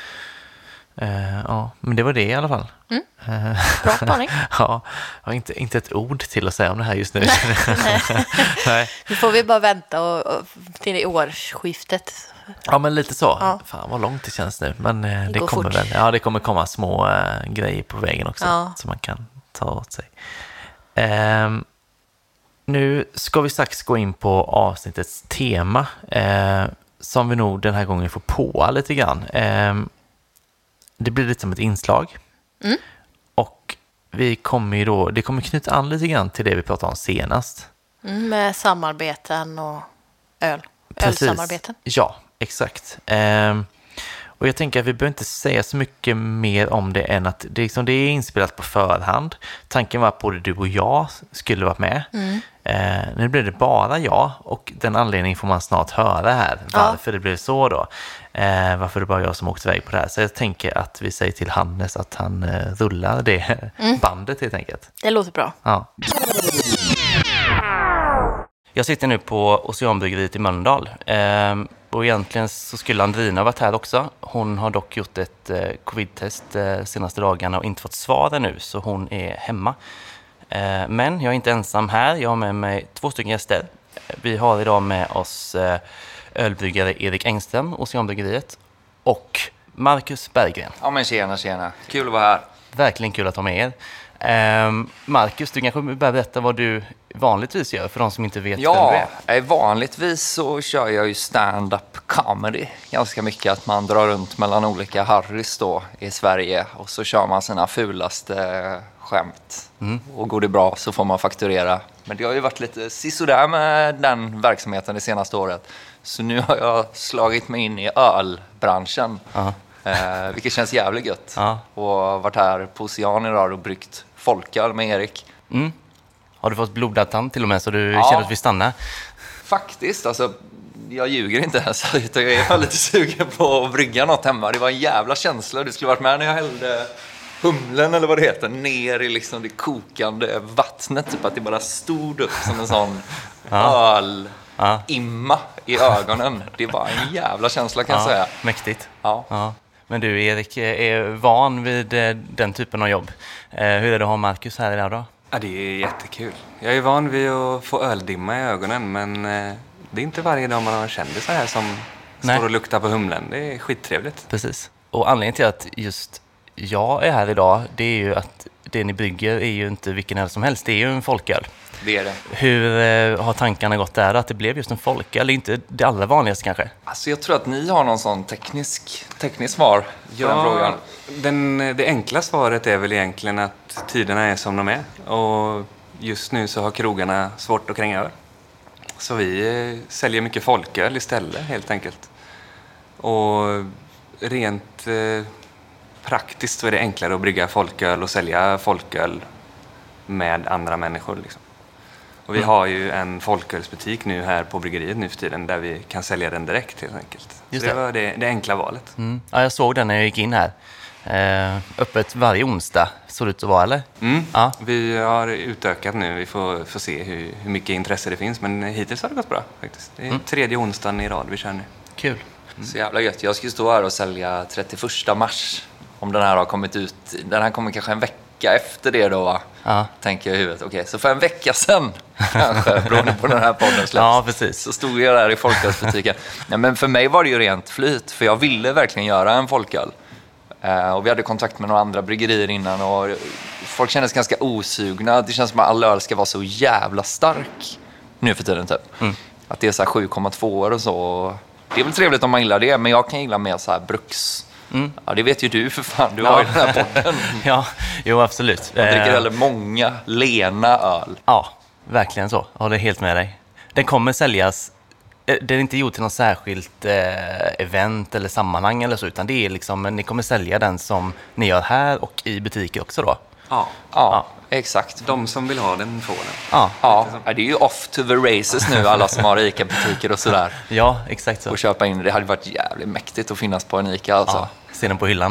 Ja, men det var det i alla fall. Bra spaning. Ja, jag har inte ett ord till att säga om det här just nu. Nej. Nu får vi bara vänta och till i årsskiftet. Ja, men lite så. Ja. Fan vad långt det känns nu. Men det kommer fort. Det kommer komma små grejer på vägen också som man kan ta åt sig. Nu ska vi strax gå in på avsnittets tema som vi nog den här gången får på lite grann. Det blir lite som ett inslag. Och det kommer knyta an lite grann till det vi pratade om senast. Med samarbeten och ölsamarbeten. Ja, exakt. Och jag tänker att vi behöver inte säga så mycket mer om det än att det är inspelat på förhand. Tanken var att både du och jag skulle vara med. Nu blir det bara jag och den anledningen får man snart höra här. Varför det blev så då. Varför det bara jag som åkte iväg på det här. Så jag tänker att vi säger till Hannes att han rullar det bandet helt enkelt. Det låter bra. Ja. Jag sitter nu på Oceanbryggeriet i Mölndal. Och egentligen så skulle Andrina varit här också. Hon har dock gjort ett covid-test senaste dagarna och inte fått svar ännu. Så hon är hemma. Men jag är inte ensam här. Jag har med mig 2 stycken gäster. Vi har idag med oss ölbryggare Erik Engström, Oceanbryggeriet, och Marcus Berggren. Ja men tjena. Kul att vara här. Verkligen kul att ha med er. Marcus, du kanske börjar berätta vad du vanligtvis gör för de som inte vet vem du är. Vanligtvis så kör jag ju stand-up comedy ganska mycket, att man drar runt mellan olika Harrys då i Sverige och så kör man sina fulaste skämt. Och går det bra så får man fakturera. Men det har ju varit lite sisådär med den verksamheten det senaste året. Så nu har jag slagit mig in i ölbranschen. Vilket känns jävligt gött. Och varit här på Ocean idag och bryggt folköl med Erik. Har du fått blodad tand till och med så du känner att vi stannar? Faktiskt, alltså jag ljuger inte ens. Jag är lite sugen på att brygga något hemma. Det var en jävla känsla. Du skulle varit med när jag hällde humlen eller vad det heter ner i liksom det kokande vattnet. Typ att det bara stod upp som en sån imma i ögonen. Det var en jävla känsla kan jag säga. Mäktigt. Ja. Men du Erik är van vid den typen av jobb. Hur är det att ha Marcus här idag då? Ja, det är jättekul. Jag är van vid att få öldimma i ögonen, men det är inte varje dag man har kändisar här som står och luktar på humlen. Det är skittrevligt. Precis. Och anledningen till att just jag är här idag, det är ju att det ni bygger är ju inte vilken öl som helst. Det är ju en folköl. Det är det. Hur har tankarna gått där att det blev just en folköl? Det är inte det allra vanligaste kanske? Alltså jag tror att ni har någon sån teknisk svar på den frågan. Det enkla svaret är väl egentligen att tiderna är som de är. Och just nu så har krogarna svårt att kränga över. Så vi säljer mycket folköl istället helt enkelt. Och rent praktiskt så är det enklare att brygga folköl och sälja folköl med andra människor liksom. Och vi har ju en folkölsbutik nu här på bryggeriet nu för tiden där vi kan sälja den direkt helt enkelt. Just det var det enkla valet. Ja, jag såg den när jag gick in här. Öppet varje onsdag såg det ut att vara, eller? Ja. Vi har utökat nu. Vi får se hur mycket intresse det finns. Men hittills har det gått bra faktiskt. Det är 3:e onsdagen i rad vi kör nu. Kul. Så jävla gött. Jag ska stå här och sälja 31 mars. Om den här har kommit ut. Den här kommer kanske en vecka efter det då, va? Tänker jag i huvudet. Okej, så för en vecka sedan kanske, beroende på den här podden släpps. Ja, precis. Så stod jag där i folkölsbutiken. Nej, men för mig var det ju rent flyt. För jag ville verkligen göra en folköl. Och vi hade kontakt med några andra bryggerier innan. Och folk kändes ganska osugna. Det känns som att all öl ska vara så jävla stark nu för tiden typ. Att det är så här 7,2 och så. Det är väl trevligt om man gillar det. Men jag kan gilla mer så här bruks. Ja, det vet ju du för fan. Du har ju den här podden. Ja, jo absolut. Man dricker heller många lena öl. Ja, verkligen så. Jag håller helt med dig. Den kommer säljas. Det är inte gjort till något särskilt event eller sammanhang eller så, utan det är liksom, ni kommer sälja den som ni gör här och i butiker också då. Ja, exakt. De som vill ha den får den. Ja, det är ju off to the races nu, alla som har ICA-butiker och sådär. Ja, exakt så. Och köpa in, det hade varit jävligt mäktigt att finnas på en ICA alltså. Ja, se den på hyllan där, ja.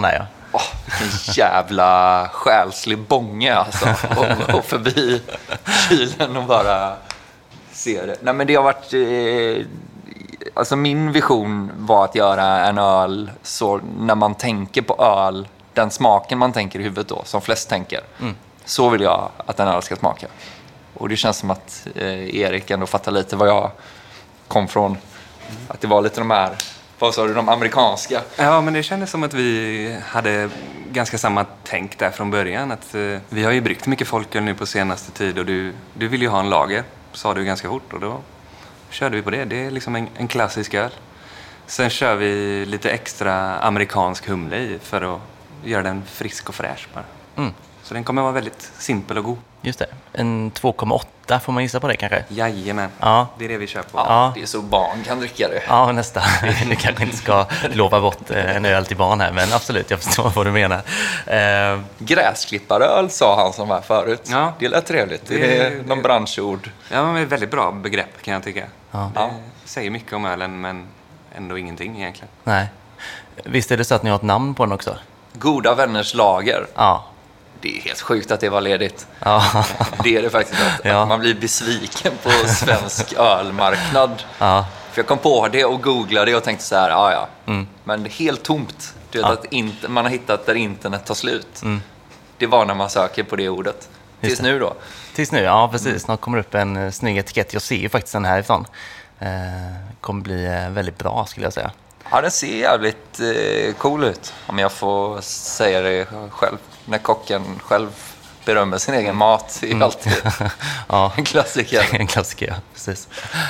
Vilken jävla själslig bånge alltså. Och gå förbi kylen och bara se det. Nej, men det har varit... alltså min vision var att göra en öl så när man tänker på öl, den smaken man tänker i huvudet då, som flest tänker. Så vill jag att en öl ska smaka. Och det känns som att Erik ändå fattar lite vad jag kom från. Att det var lite de här... Vad sa du, de amerikanska? Ja, men det kändes som att vi hade ganska samma tänk där från början. Att, vi har ju bryggt mycket folköl nu på senaste tid och du vill ju ha en lager, sa du ganska fort. Och då körde vi på det. Det är liksom en klassisk öl. Sen kör vi lite extra amerikansk humle i för att göra den frisk och fräsch bara. Så den kommer vara väldigt simpel och god. Just det. En 2,8 får man gissa på det kanske? Jajamän. Ja. Det är det vi kör på. Ja, det är så barn kan dricka det. Ja, nästan. Du kanske inte ska lova bort en öl till barn här, men absolut, jag förstår vad du menar. Gräsklipparöl sa han som var förut. Ja. Det lät trevligt. Det är någon branschord. Ja, men det är ett väldigt bra begrepp kan jag tycka. Ja. Det säger mycket om ölen, men ändå ingenting egentligen. Nej. Visst är det så att ni har ett namn på den också? Goda vänners lager. Ja. Det är helt sjukt att det var ledigt. Ja. Det är det faktiskt. Att man blir besviken på svensk ölmarknad. Ja. För jag kom på det och googlade och tänkte så här, Men helt tomt. Du vet att man har hittat där internet tar slut. Det var när man söker på det ordet. Tills nu då. Tills nu, ja precis. Snart kommer upp en snygg etikett. Jag ser ju faktiskt den härifrån. Kommer bli väldigt bra skulle jag säga. Ja, den ser jävligt cool ut. Om jag får säga det själv. När kocken själv berömmer sin egen mat är alltid en klassiker. En klassiker, ja. Precis.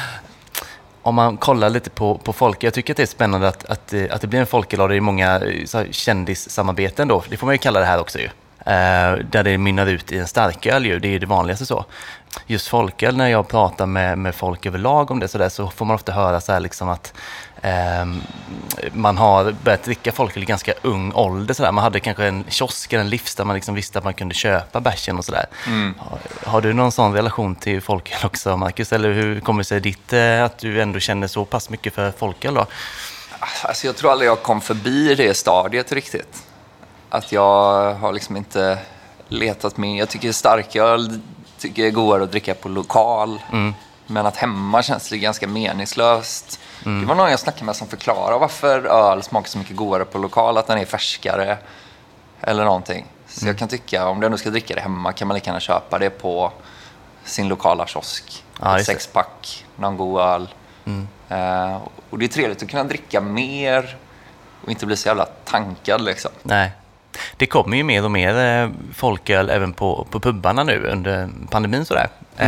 Om man kollar lite på folk, jag tycker att det är spännande att det blir en folköl och det är många kändissamarbeten då. Det får man ju kalla det här också ju. Där det mynnar ut i en starköl ju, det är det vanligaste så. Just folköl, när jag pratar med folk överlag om det så får man ofta höra så här liksom att man har börjat dricka folköl i ganska ung ålder sådär. Man hade kanske en kiosk eller en livs där man liksom visste att man kunde köpa bärsen och sådär. Har du någon sån relation till folköl också, Marcus? Eller hur kommer det sig ditt att du ändå känner så pass mycket för folköl då? Alltså jag tror aldrig jag kom förbi det stadiet riktigt. Att jag har liksom inte letat min... Jag tycker starköl tycker jag är godare att dricka på lokal. Men att hemma känns det ganska meningslöst. Det var någon jag snackade med som förklarade varför öl smakar så mycket godare på lokal. Att den är färskare eller någonting. Så jag kan tycka, om du ändå ska dricka det hemma kan man lika gärna köpa det på sin lokala kiosk. Ja, ett 6-pack, någon god öl. Och det är trevligt att kunna dricka mer och inte bli så jävla tankad liksom. Nej. Det kommer ju mer och mer folköl även på pubbarna nu under pandemin sådär.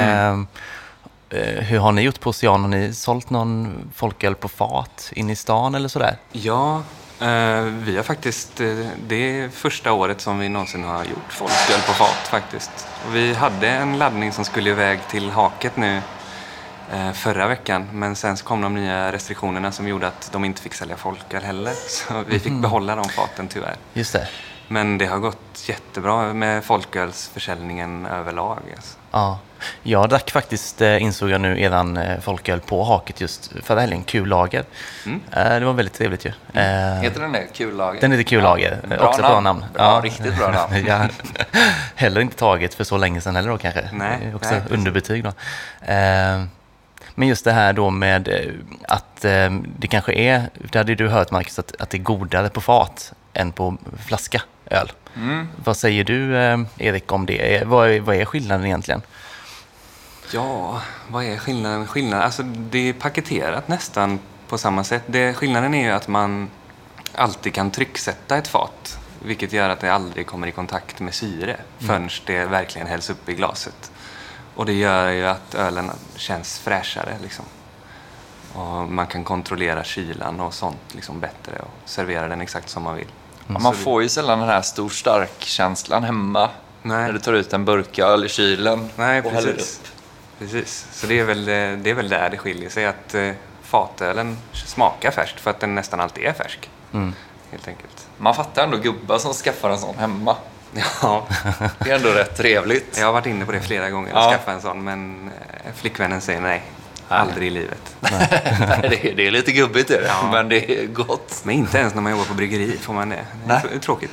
Hur har ni gjort på Ocean? Har ni sålt någon folköl på fat in i stan eller sådär? Ja, vi har faktiskt... Det är första året som vi någonsin har gjort folköl på fat faktiskt. Vi hade en laddning som skulle iväg till Haket nu förra veckan. Men sen så kom de nya restriktionerna som gjorde att de inte fick sälja folköl heller. Så vi fick behålla de faten tyvärr. Just det. Men det har gått jättebra med folkölsförsäljningen överlag. Alltså. Ja, jag drack faktiskt, insåg jag nu, eran folköl på Haket just förra helgen, Q-lager. Det var väldigt trevligt ju. Heter den det? Q-lager? Den heter Q-lager. Bra Också namn. bra namn. Ja, riktigt bra namn. Ja. Heller inte taget för så länge sedan heller då kanske. Nej, också nej, underbetyg då. Men just det här då med att det kanske är, det hade du hört Marcus, att det är godare på fat än på flaska öl. Vad säger du Erik om det? Vad är skillnaden egentligen? Ja, vad är skillnaden? Alltså det är paketerat nästan på samma sätt. Skillnaden är ju att man alltid kan trycksätta ett fat. Vilket gör att det aldrig kommer i kontakt med syre förrän det verkligen hälls upp i glaset. Och det gör ju att ölen känns fräschare liksom. Och man kan kontrollera kylan och sånt liksom bättre och servera den exakt som man vill. Man får ju sällan den här stor stark känslan hemma. Nej. När du tar ut en burköl i kylen. Nej, och häller upp. Precis. Så det är väl där det skiljer sig, att fatölen smakar färskt för att den nästan alltid är färsk. Helt enkelt. Man fattar ändå gubbar som skaffar en sån hemma. Ja. Det är ändå rätt trevligt. Jag har varit inne på det flera gånger och skaffa en sån, men flickvännen säger nej. Aldrig i livet. Nej, det är lite gubbigt men det är gott. Men inte ens när man jobbar på bryggeri får man det. Det är tråkigt.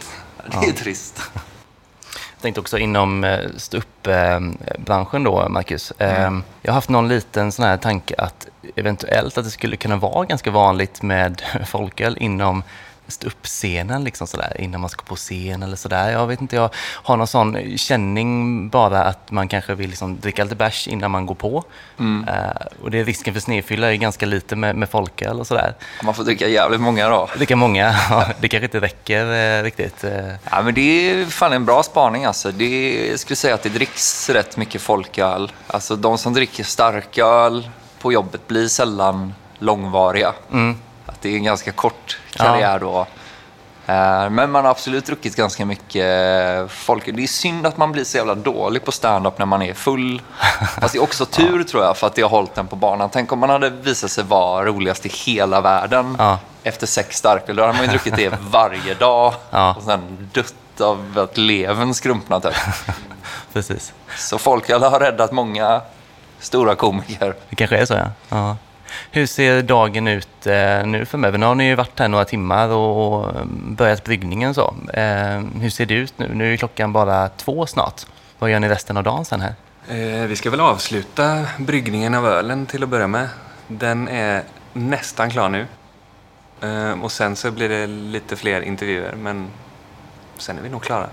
Det är trist. Jag tänkte också inom ståuppbranschen då, Marcus. Jag har haft någon liten sån här tanke att eventuellt att det skulle kunna vara ganska vanligt med folköl inom ståuppscenen liksom sådär, innan man ska på scen eller sådär. Jag vet inte, jag har någon sån känning bara att man kanske vill liksom dricka lite bärs innan man går på. Och det är risken för snedfylla är ganska lite med folköl och sådär. Man får dricka jävligt många då. Dricka många, ja, det kanske inte räcker riktigt. Ja, men det är fan en bra spaning alltså. Jag skulle säga att det dricks rätt mycket folköl. Alltså de som dricker starköl på jobbet blir sällan långvariga. Att det är en ganska kort karriär då. Men man har absolut druckit ganska mycket folk. Det är synd att man blir så jävla dålig på stand-up när man är full. Fast det är också tur tror jag för att det har hållit den på banan. Tänk om man hade visat sig vara roligast i hela världen efter 6 starköl. Då hade man ju druckit det varje dag och sen dött av att levern skrumpnat upp. Precis. Så folköl har räddat många stora komiker. Det kanske är så, ja. Hur ser dagen ut nu framöver? Nu har ni ju varit här några timmar och börjat bryggningen så. Hur ser det ut nu? Nu är klockan bara 2 snart. Vad gör ni resten av dagen sen här? Vi ska väl avsluta bryggningen av ölen till att börja med. Den är nästan klar nu. Och sen så blir det lite fler intervjuer, men sen är vi nog klara.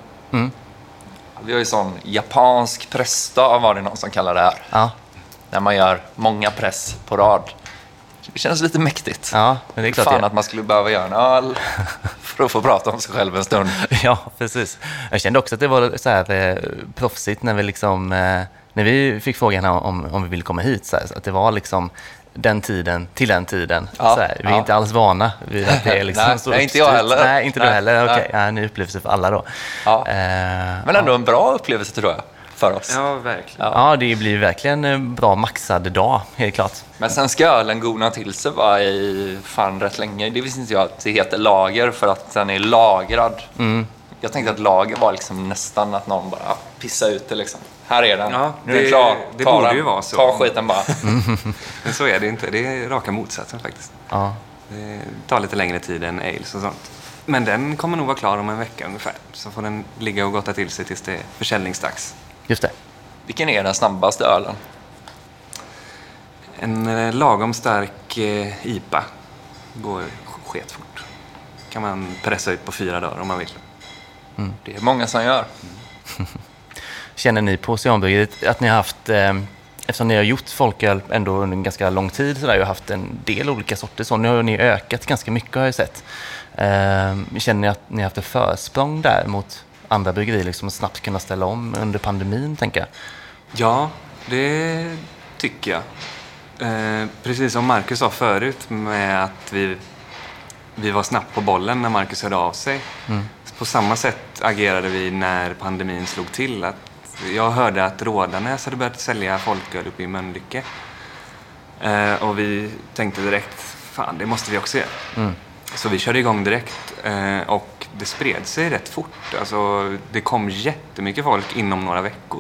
Vi har ju sån japansk pressdag, var det någon som kallar det här. Ja. När man gör många press på rad. Det känns lite mäktigt. Ja, men det är klart. Fan att man skulle behöva göra en öl för att få prata om sig själv en stund. Ja, precis. Jag kände också att det var så här proffsigt när vi liksom när vi fick frågan om vi ville komma hit så här, att det var liksom den tiden till den tiden. Så här, vi är inte alls vana vid att det är liksom nej, så inte jag heller. Nej, inte du heller. Okej, ja, en upplevelse för alla då. Ja. Men ändå en bra upplevelse tror jag. För oss. Ja, verkligen. Ja, det blir verkligen en bra maxad dag, helt klart. Men sen ska ölen gona till sig i fan rätt länge. Det visste inte jag att det heter lager för att den är lagrad. Jag tänkte att lager var liksom nästan att någon bara pissar ut det liksom. Här är den, Ja, nu är den klar. Det borde ju vara så. Ta skiten bara. Men så är det inte. Det är raka motsatsen faktiskt. Ja. Det tar lite längre tid än ales och sånt. Men den kommer nog vara klar om en vecka ungefär. Så får den ligga och gotta till sig tills det är försäljningsdags. Just det. Vilken är den snabbaste ölen? En lagom stark IPA går sketfort. Kan man pressa ut på 4 dagar om man vill. Det är många som gör. Känner ni på Oceanbryggeriet att ni har haft, eftersom ni har gjort folköl ändå under en ganska lång tid så där, och haft en del olika sorter, så nu har ni ökat ganska mycket har jag sett. Känner ni att ni har haft ett försprång där mot andra bryggerier, liksom att snabbt kunna ställa om under pandemin, tänker jag? Ja, det tycker jag. Precis som Marcus sa förut med att vi var snabbt på bollen när Marcus hörde av sig. På samma sätt agerade vi när pandemin slog till. Att jag hörde att Rådanäs hade börjat sälja folköl uppe i Mölnlycke. Och vi tänkte direkt, fan det måste vi också göra. Så vi körde igång direkt och det spred sig rätt fort. Alltså, det kom jättemycket folk inom några veckor.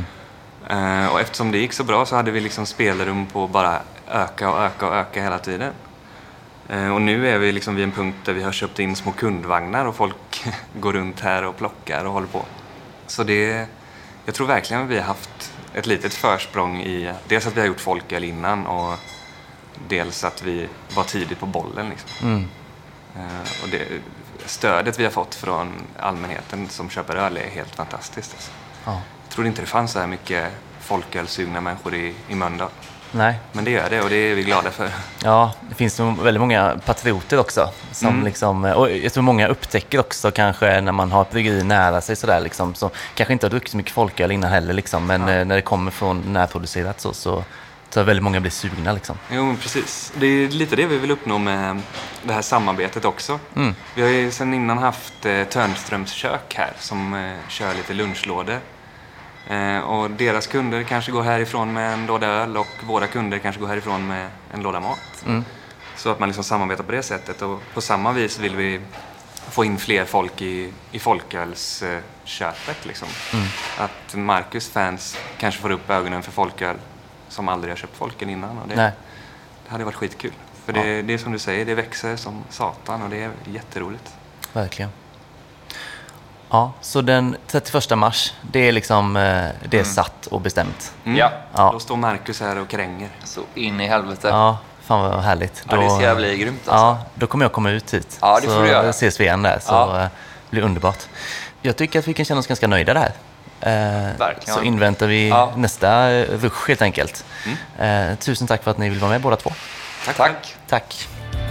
Och eftersom det gick så bra så hade vi liksom spelrum på bara öka hela tiden. Och nu är vi liksom vid en punkt där vi har köpt in små kundvagnar och folk går runt här och plockar och håller på. Så jag tror verkligen att vi har haft ett litet försprång i dels att vi har gjort folköl innan och dels att vi var tidigt på bollen liksom. Och stödet vi har fått från allmänheten som köper öl är helt fantastiskt alltså. Ja. Jag trodde inte det fanns så här mycket folkölsugna människor i Mölndal. Nej. Men det gör det och det är vi glada för. Ja, det finns nog väldigt många patrioter också. Som liksom, och jag tror många upptäcker också kanske när man har ett bryggeri nära sig sådär liksom, så kanske inte har druckit så mycket folköl innan heller liksom, men när det kommer från närproducerat så tror jag väldigt många blir sugna liksom. Jo, men precis. Det är lite det vi vill uppnå med det här samarbetet också. Vi har ju sedan innan haft Törnströms kök här som kör lite lunchlådor. Och deras kunder kanske går härifrån med en låda öl och våra kunder kanske går härifrån med en låda mat. Så att man liksom samarbetar på det sättet. Och på samma vis vill vi få in fler folk i folkölsköpet. Liksom. Att Marcus fans kanske får upp ögonen för folköl som aldrig har köpt folköl innan. Och det hade varit skitkul. För det är som du säger, det växer som satan och det är jätteroligt. Verkligen. Ja, så den 31 mars, det är liksom det är satt och bestämt. Ja. Då står Marcus här och kränger. Så in i helvete. Ja, fan vad härligt. Ja, det ska bli grymt alltså. Ja, då kommer jag komma ut hit. Ja, det får du göra. Så ses vi igen där, så det blir underbart. Jag tycker att vi kan känna oss ganska nöjda där. Verkligen. Så inväntar vi nästa rush helt enkelt. Tusen tack för att ni vill vara med båda två. Tack.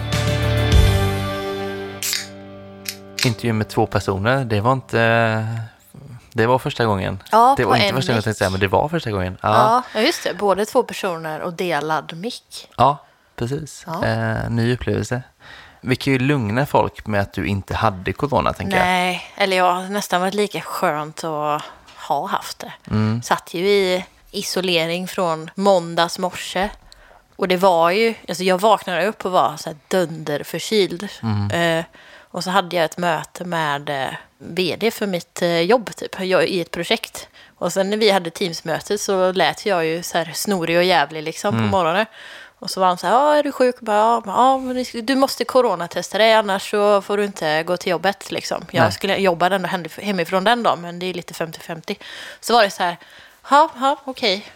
Intervju med 2 personer, det var första gången. Ja, det på var inte en första gången jag tänkte säga, men det var första gången. Ja, Ja, just det. Både 2 personer och delad mick. ja precis. Ja. Ny upplevelse. Vi kan ju lugna folk med att du inte hade corona, tänker jag. Nej, eller jag har nästan varit lika skönt att ha haft det. Satt ju i isolering från måndags morse. Och det var ju, alltså jag vaknade upp och var så här dunderförkyld. Och så hade jag ett möte med vd för mitt jobb typ, i ett projekt. Och sen när vi hade teamsmöte så lät jag ju så här snorig och jävlig liksom på morgonen. Och så var han så här, är du sjuk? Men du måste coronatesta dig, annars så får du inte gå till jobbet liksom. Jag skulle jobba ändå hemifrån den dagen, men det är lite 50-50. Så var det så här, okej.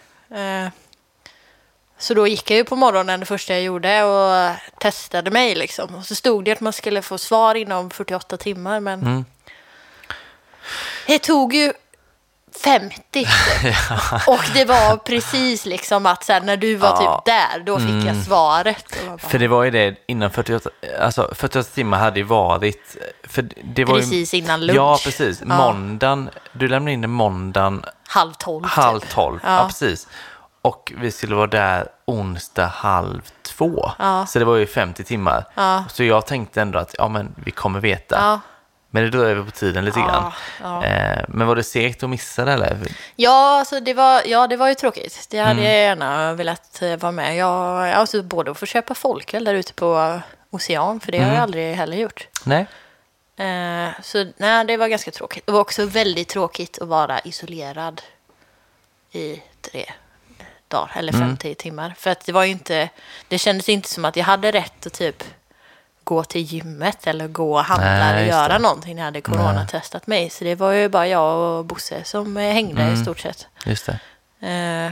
Så då gick jag ju på morgonen det första jag gjorde och testade mig liksom. Och så stod det att man skulle få svar inom 48 timmar, men det tog ju 50. Och det var precis liksom att så här, när du var typ där, då fick jag svaret. Och bara, För det var ju det innan 48 timmar hade ju varit... För det var precis innan lunch. Ja, precis. Måndagen, du lämnade in det måndagen 11:30. Typ. 11:30, ja precis. Och vi skulle vara där onsdag 1:30. Ja. Så det var ju 50 timmar. Ja. Så jag tänkte ändå att men vi kommer veta. Ja. Men det drog över på tiden lite grann. Ja. Men var det segt att missa det eller? Ja, alltså det var ju tråkigt. Det hade jag gärna velat vara med. Jag alltså både att få köpa folköl där ute på Ocean, för det har jag aldrig heller gjort. Nej. Så nej, det var ganska tråkigt. Det var också väldigt tråkigt att vara isolerad i 3 dagar eller 50 timmar. För att det kändes inte som att jag hade rätt att typ gå till gymmet eller gå och handla och göra någonting när jag hade coronatestat mig. Så det var ju bara jag och Bosse som hängde i stort sett. Just det.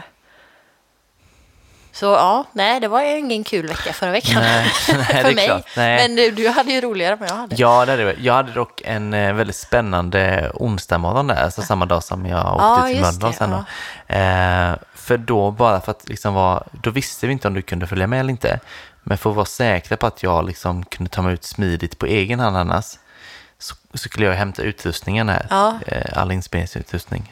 Så ja, nej, det var ju ingen kul vecka förra veckan. Nej, för mig. Klart. Nej. Men du hade ju roligare än vad jag hade. Ja, det hade jag. Jag hade dock en väldigt spännande onsdag morgon där, alltså samma dag som jag åkte till Mölndal sen då. För då, bara för att liksom då visste vi inte om du kunde följa med eller inte. Men för att vara säkra på att jag liksom kunde ta mig ut smidigt på egen hand annars, så skulle jag hämta utrustningen här. Ja. All inspelningsutrustning.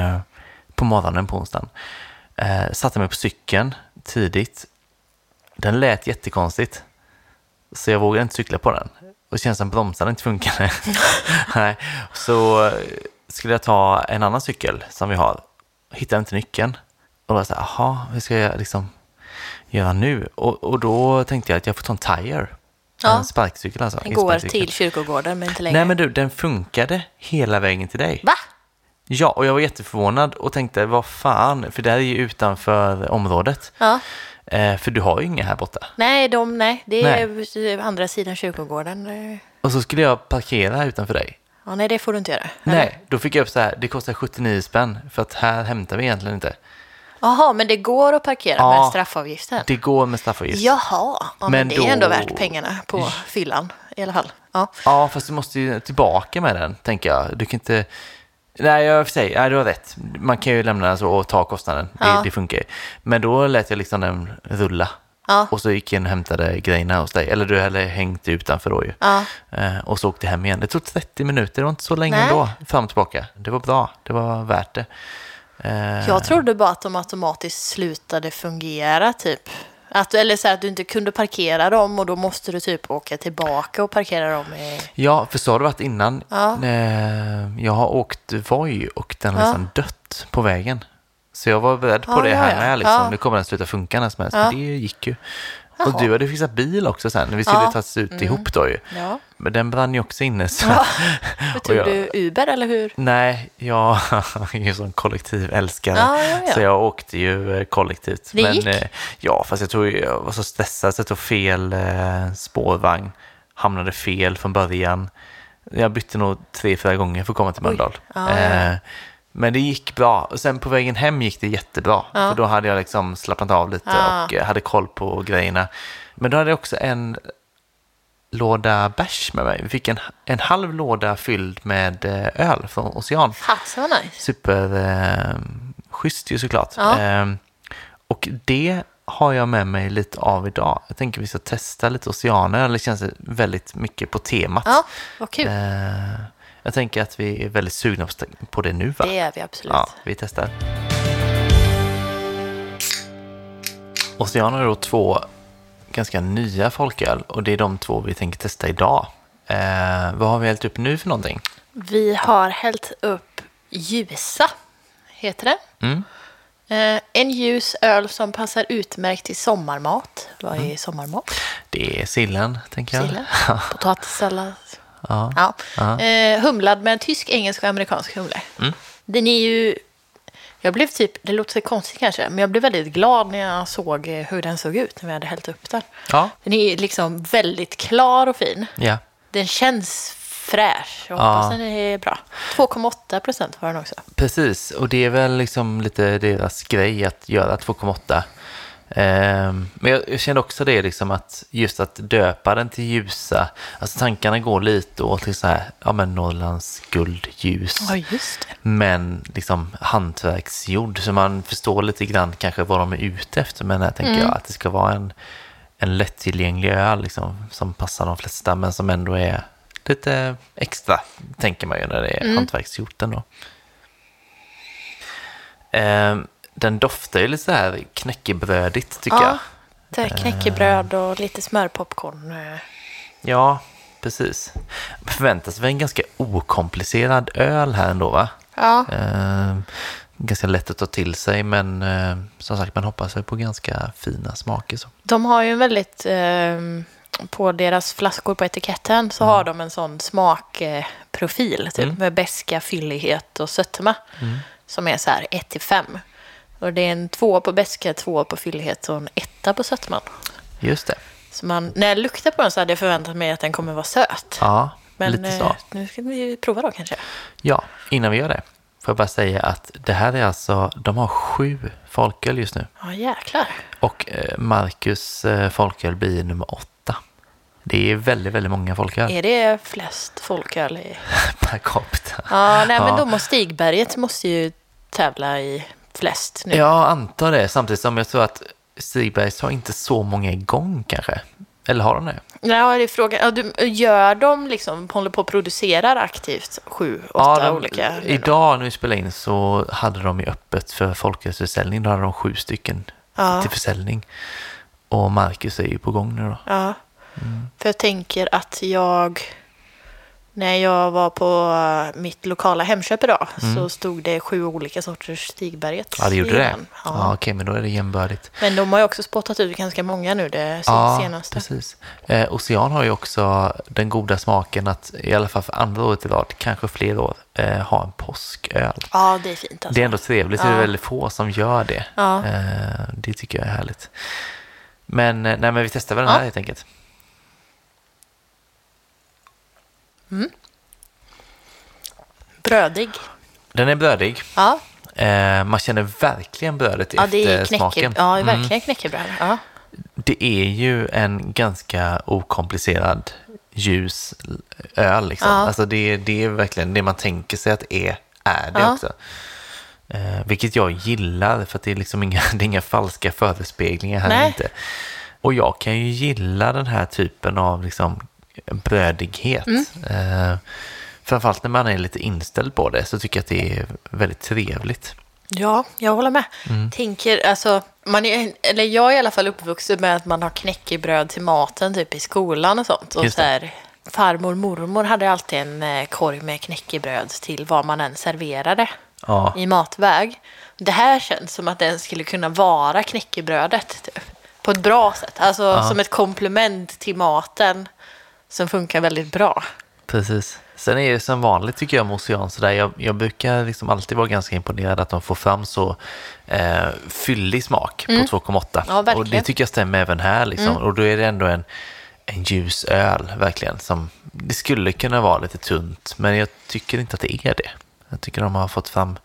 På morgonen på onsdagen. Satte mig på cykeln tidigt. Den lät jättekonstigt. Så jag vågade inte cykla på den. Och det känns som bromsarna inte funkade. Nej. Så skulle jag ta en annan cykel som vi har. Hittade inte nyckeln. Och då så här, hur ska jag liksom göra nu? Och då tänkte jag att jag får ta en tire. En sparkcykel alltså. Den går till kyrkogården, men inte längre. Nej, men du, den funkade hela vägen till dig. Va? Ja, och jag var jätteförvånad och tänkte, vad fan? För det här är ju utanför området. Ja. För du har ju inga här borta. Nej, det är andra sidan kyrkogården. Och så skulle jag parkera här utanför dig. Ja, nej, det får du inte göra. Nej, då fick jag upp så här, det kostar 79 spänn för att här hämtar vi egentligen inte. Jaha, men det går att parkera med straffavgiften? Det går med straffavgift. Jaha, men det är ändå värt pengarna på fyllan i alla fall. Ja, fast du måste ju tillbaka med den, tänker jag. Du kan inte... Nej, jag säger, du har rätt. Man kan ju lämna den så och ta kostnaden. Det funkar ju. Men då lät jag liksom den rulla. Ja. Och så gick jag och hämtade grejerna hos dig. Eller du hade hängt utanför då ju. Ja. Och så åkte hem igen. Det tog 30 minuter, det var inte så länge då. Fram och tillbaka. Det var bra, det var värt det. Jag trodde bara att de automatiskt slutade fungera typ. Eller så här, att du inte kunde parkera dem och då måste du typ åka tillbaka och parkera dem. Ja, för så har det varit innan. Ja. Jag har åkt Voi och den har liksom dött på vägen. Så jag var beredd på det här med liksom. Nu kommer den sluta funka när som helst. Men det gick ju. Jaha. Och du hade fixat bil också sen när vi skulle tas ut ihop då ju. Ja. Men den brann ju också inne. Så. Ja. Tog du Uber eller hur? Nej, jag är ju sån kollektivälskare. Så jag åkte ju kollektivt. Det gick? Ja, fast jag var så stressad så jag tog fel spårvagn. Hamnade fel från början. Jag bytte nog 3-4 gånger för att komma till Mölndal. Ja. Men det gick bra. Och sen på vägen hem gick det jättebra. Ja. För då hade jag liksom slappnat av lite och hade koll på grejerna. Men då hade jag också en låda bärs med mig. Vi fick en halv låda fylld med öl från Ocean. Så nice. Super schysst ju såklart. Ja. Och det har jag med mig lite av idag. Jag tänker vi ska testa lite oceaner. Det känns väldigt mycket på temat. Ja, vad kul. Jag tänker att vi är väldigt sugna på det nu, va? Det är vi absolut. Ja, vi testar. Oceaner är då 2 ganska nya folköl och det är de 2 vi tänker testa idag. Vad har vi hällt upp nu för någonting? Vi har hällt upp ljusa, heter det. Mm. En ljus öl som passar utmärkt till sommarmat. Vad är sommarmat? Det är sillen, tänker jag. Sillen, potatissallad. Ja. Humlad med en tysk, engelsk och amerikansk humle. Mm. Den är ju... Jag blev det låter konstigt kanske, men jag blev väldigt glad när jag såg hur den såg ut när vi hade hällt upp den. Ja. Den är liksom väldigt klar och fin. Ja. Den känns fräsch. Jag hoppas den är bra. 2,8% var den också. Precis, och det är väl liksom lite deras grej att göra 2,8. Men jag kände också det liksom att just att döpa den till ljusa, alltså tankarna går lite åt till så här, Norrlands guldljus. Ja, just det. Men liksom hantverksgjord, så man förstår lite grann kanske vad de är ute efter. Men här tänker jag att det ska vara en lättillgänglig öl liksom, som passar de flesta, men som ändå är lite extra, tänker man ju när det är hantverksgjort ändå. Den doftar ju lite så här knäckebrödigt, tycker jag. Det är knäckebröd och lite smörpopcorn. Ja, precis. Förväntas väl en ganska okomplicerad öl här ändå, va? Ja. Ganska lätt att ta till sig, men som sagt, man hoppas på ganska fina smaker. Så. De har ju en väldigt... på deras flaskor på etiketten så har de en sån smakprofil typ, med beska, fyllighet och sötma som är så här 1-5. Och det är en 2 på beska, 2 på fyllighet och en 1 på sötman. Just det. Så när jag luktar på den så hade jag förväntat mig att den kommer vara söt. Ja, men lite så. Nu ska vi prova då kanske. Ja, innan vi gör det får jag bara säga att det här är alltså, de har 7 folköl just nu. Ja, jäklar. Och Marcus folköl blir nummer 8. Det är väldigt, väldigt många folköl. Är det flest folköl i... Per capita. Ja, nej, men då måste Stigberget ju tävla i flest nu. Jag antar det, samtidigt som jag tror att Stigbergs har inte så många igång kanske. Eller har de det? Ja, det är frågan. Ja, gör de liksom, håller på att producera aktivt 7-8 olika? Idag när vi spelar in så hade de ju öppet för folkölsförsäljning. Då hade de 7 stycken till försäljning. Och Marcus är ju på gång nu då. Ja, för jag tänker att när jag var på mitt lokala Hemköp idag så stod det 7 olika sorters Stigberget. Ja, det gjorde det. Ja. Ja, okej, men då är det jämbördigt. Men de har ju också spottat ut ganska många nu det senaste. Precis. Ocean har ju också den goda smaken att i alla fall för andra året i rad, kanske fler år, ha en påsköl. Ja, det är fint alltså. Det är ändå trevligt. Det är väldigt få som gör det. Ja. Det tycker jag är härligt. Men vi testar väl den här helt enkelt. Brödig. Den är brödig. Ja. Man känner verkligen brödet Ja, det är efter smaken. Ja, verkligen knäckebröd. Ja. Det är ju en ganska okomplicerad ljus öl. Liksom. Ja. Alltså det är verkligen det man tänker sig att är det också. Vilket jag gillar, för att det är liksom inga falska förespeglingar här inte. Och jag kan ju gilla den här typen av liksom brödighet. Framförallt när man är lite inställd på det så tycker jag att det är väldigt trevligt. Ja, jag håller med. Tänker, alltså, jag är i alla fall uppvuxen med att man har knäckebröd till maten typ i skolan och sånt. Och så här, farmor och mormor hade alltid en korg med knäckebröd till vad man än serverade i matväg. Det här känns som att den skulle kunna vara knäckebrödet typ, på ett bra sätt. Alltså som ett komplement till maten som funkar väldigt bra. Precis. Sen är det som vanligt tycker jag med Ocean sådär. Jag brukar liksom alltid vara ganska imponerad att de får fram så fyllig smak på 2,8. Ja, och det tycker jag stämmer även här. Liksom. Och då är det ändå en ljus öl verkligen. Som, det skulle kunna vara lite tunt, men jag tycker inte att det är det. Jag tycker de har fått fram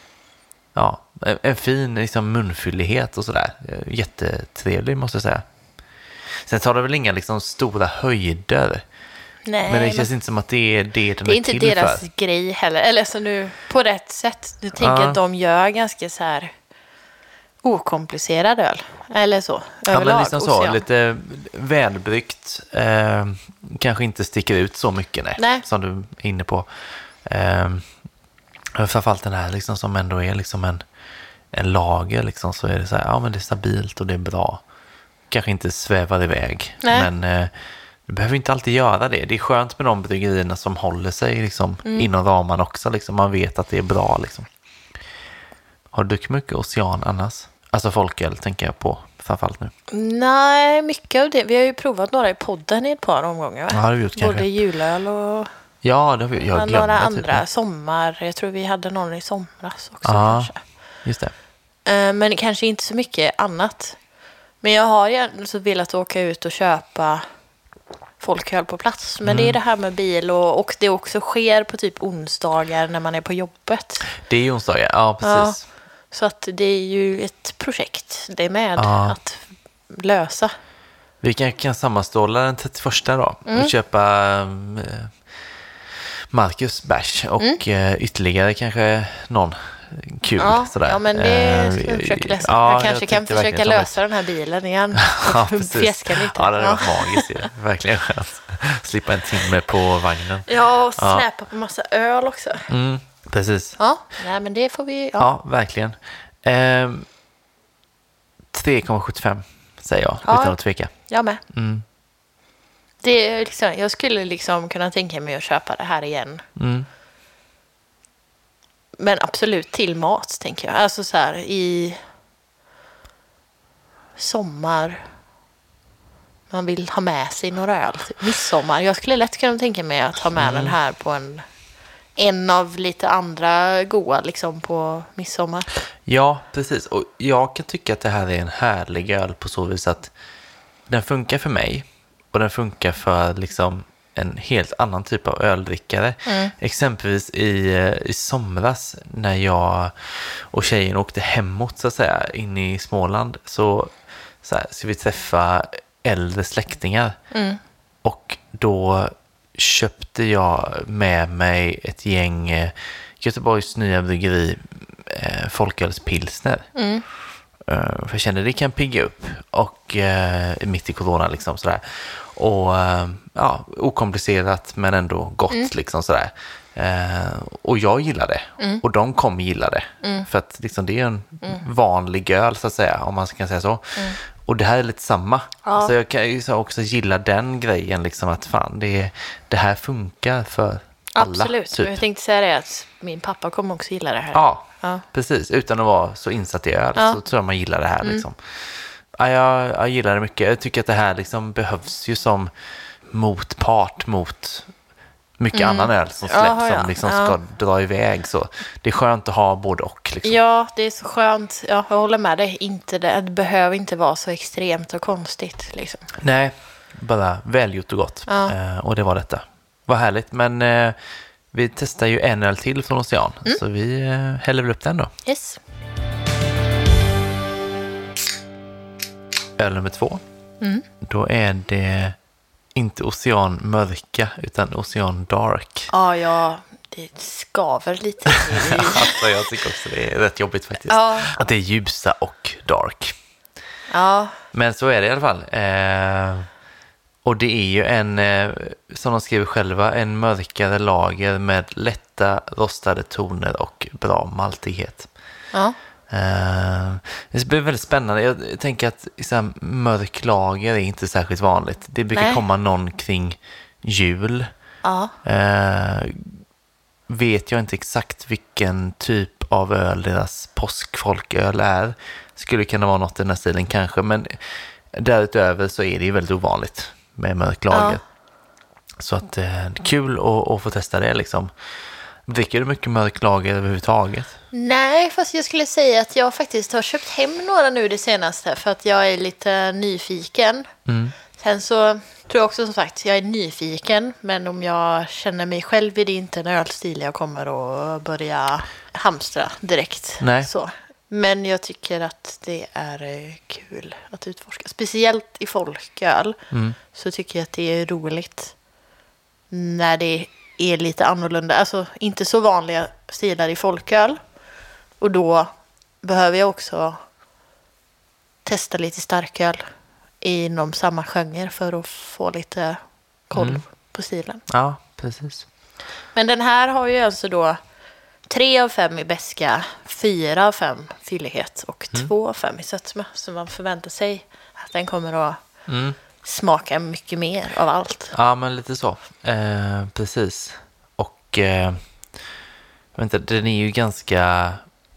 en fin liksom, munfyllighet och sådär. Jättetrevlig måste jag säga. Sen tar det väl inga liksom, stora höjder. Nej, men det känns inte som att det är det den är inte till deras för. grej heller. Eller så nu, på rätt sätt. Du tänker att de gör ganska så här okomplicerad öl. Eller så, överlag. Men liksom så, lite välbryggt. Kanske inte sticker ut så mycket, nej. Som du är inne på. Framförallt den här liksom, som ändå är liksom en lager. Liksom, så är det så här, men det är stabilt och det är bra. Kanske inte svävar iväg. Nej. Men du behöver inte alltid göra det. Det är skönt med de bryggerierna som håller sig liksom, inom ramarna också. Liksom. Man vet att det är bra. Liksom. Har du druckit mycket Ocean annars? Alltså folköl tänker jag på framförallt nu. Nej, mycket av det. Vi har ju provat några i podden i ett par omgångar. Va? Ja, har du gjort kanske. Både julöl och ja, det har vi. Jag glömde några andra. Typ. Sommar. Jag tror vi hade någon i somras också. Ja, kanske. Just det. Men kanske inte så mycket annat. Men jag har ju så velat åka ut och köpa folköl på plats. Men det är det här med bil och det också sker på typ onsdagar när man är på jobbet. Det är ju onsdagar, ja precis. Ja, så att det är ju ett projekt det är med att lösa. Vi kan sammanstråla den 31 då och köpa Marcus bärs och ytterligare kanske någon kul. Sådär. Ja, men det ska jag försöka lösa. Jag kanske kan försöka lösa den här bilen igen. Ja, precis. Lite. Ja, det var magiskt. Verkligen skönt. Slippa en timme på vagnen. Ja, och släpa på massa öl också. Precis. Ja, nej, men det får vi... Ja, verkligen. 3,75 säger jag, utan att tveka. Jag med. Det är liksom, jag skulle liksom kunna tänka mig att köpa det här igen. Men absolut till mat, tänker jag. Alltså så här i sommar. Man vill ha med sig några öl. Midsommar. Jag skulle lätt kunna tänka mig att ha med den här på en av lite andra goa liksom på midsommar. Ja, precis. Och jag kan tycka att det här är en härlig öl på så vis att den funkar för mig. Och den funkar för liksom en helt annan typ av öldrickare. Exempelvis i somras när jag och tjejen åkte hemåt så att säga in i Småland så vi träffa äldre släktingar. Och då köpte jag med mig ett gäng Göteborgs nya bryggeri folkölspilsner. För jag kände det kan pigga upp och mitt i corona liksom sådär. Och okomplicerat men ändå gott liksom sådär. Och jag gillar det. Och de kommer gilla det. För att liksom, det är en vanlig öl så att säga, om man kan säga så. Och det här är lite samma. Så jag kan ju också gilla den grejen liksom att fan, det här funkar för alla. Absolut, typ. jag tänkte säga det att min pappa kommer också gilla det här. Ja, precis. Utan att vara så insatt i öl så tror jag man gillar det här liksom. Ja, jag gillar det mycket. Jag tycker att det här liksom behövs ju som motpart mot mycket annan öl som släpps som liksom ska dra iväg. Så det är skönt att ha både och. Liksom. Ja, det är så skönt. Ja, jag håller med dig. Det behöver inte vara så extremt och konstigt. Liksom. Nej, bara välgjort och gott. Och det var detta. Vad härligt. Men vi testar ju en öl till från Ocean. Så vi häller väl upp den då. Yes. Öl nummer 2. Då är det inte Ocean mörka utan Ocean dark. Ja, det skaver lite. Alltså, jag tycker också det är rätt jobbigt faktiskt. Att det är ljusa och dark. Ja. Men så är det i alla fall. Och det är ju som de skriver själva, en mörkare lager med lätta rostade toner och bra maltighet. Ja. Det blir väldigt spännande. Jag tänker att liksom, mörk lager är inte särskilt vanligt. Det brukar komma någon kring jul. Vet jag inte exakt vilken typ av öl deras påskfolköl är. Skulle kunna vara något i den här stilen kanske. Men därutöver så är det ju väldigt ovanligt med mörk lager. Så att det är kul att få testa det liksom. Dricker du mycket mörk lager överhuvudtaget? Nej, fast jag skulle säga att jag faktiskt har köpt hem några nu det senaste för att jag är lite nyfiken. Sen så tror jag också som sagt, jag är nyfiken. Men om jag känner mig själv är det inte en ölstil jag kommer att börja hamstra direkt. Nej. Så. Men jag tycker att det är kul att utforska. Speciellt i folköl så tycker jag att det är roligt när det är lite annorlunda. Alltså inte så vanliga stilar i folköl. Och då behöver jag också testa lite starköl inom samma genre för att få lite koll på stilen. Ja, precis. Men den här har ju alltså då 3 av 5 i beska, 4 av 5 fyllighet och 2 av 5 i sötma. Så man förväntar sig att den kommer att smaka mycket mer av allt. Ja, men lite så. Precis. Och vänta, den är ju ganska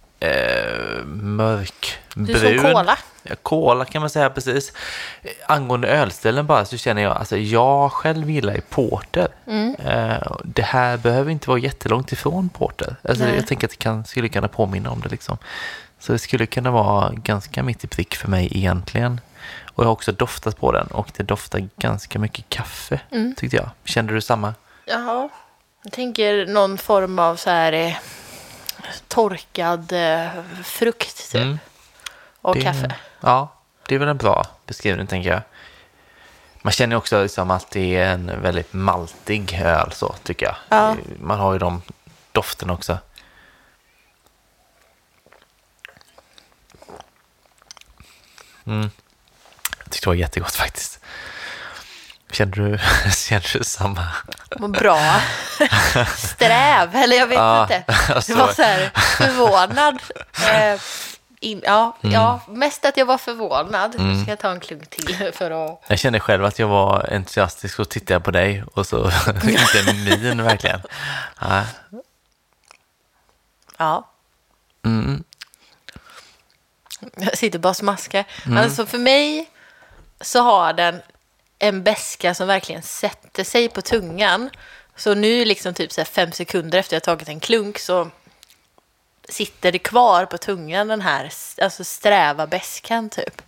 mörkbrun. Du är som kola. Ja, kola kan man säga, precis. Angående ölställen bara så känner jag, alltså jag själv gillar ju porter. Det här behöver inte vara jättelångt ifrån porter. Alltså jag tänker att det skulle kunna påminna om det liksom. Så det skulle kunna vara ganska mitt i prick för mig egentligen. Och jag har också doftat på den och det doftar ganska mycket kaffe, tyckte jag. Kände du samma? Jaha. Jag tänker någon form av så här torkad frukt typ. Och kaffe. Ja, det är väl en bra beskrivning, tänker jag. Man känner också liksom att det är en väldigt maltig öl, så tycker jag. Ja. Man har ju de doften också. Jag tyckte det var jättegott faktiskt. Kände du samma? Bra. Sträv, eller jag vet inte. Det var så här förvånad. Ja, mest att jag var förvånad. Nu ska jag ta en klunk till för att... Jag kände själv att jag var entusiastisk och tittade på dig och så inte en min verkligen. Ja. Jag sitter bara och smaskar. Alltså för mig så har den en beska som verkligen sätter sig på tungan. Så nu liksom typ så här 5 sekunder efter jag tagit en klunk så sitter det kvar på tungan den här alltså sträva beskan typ.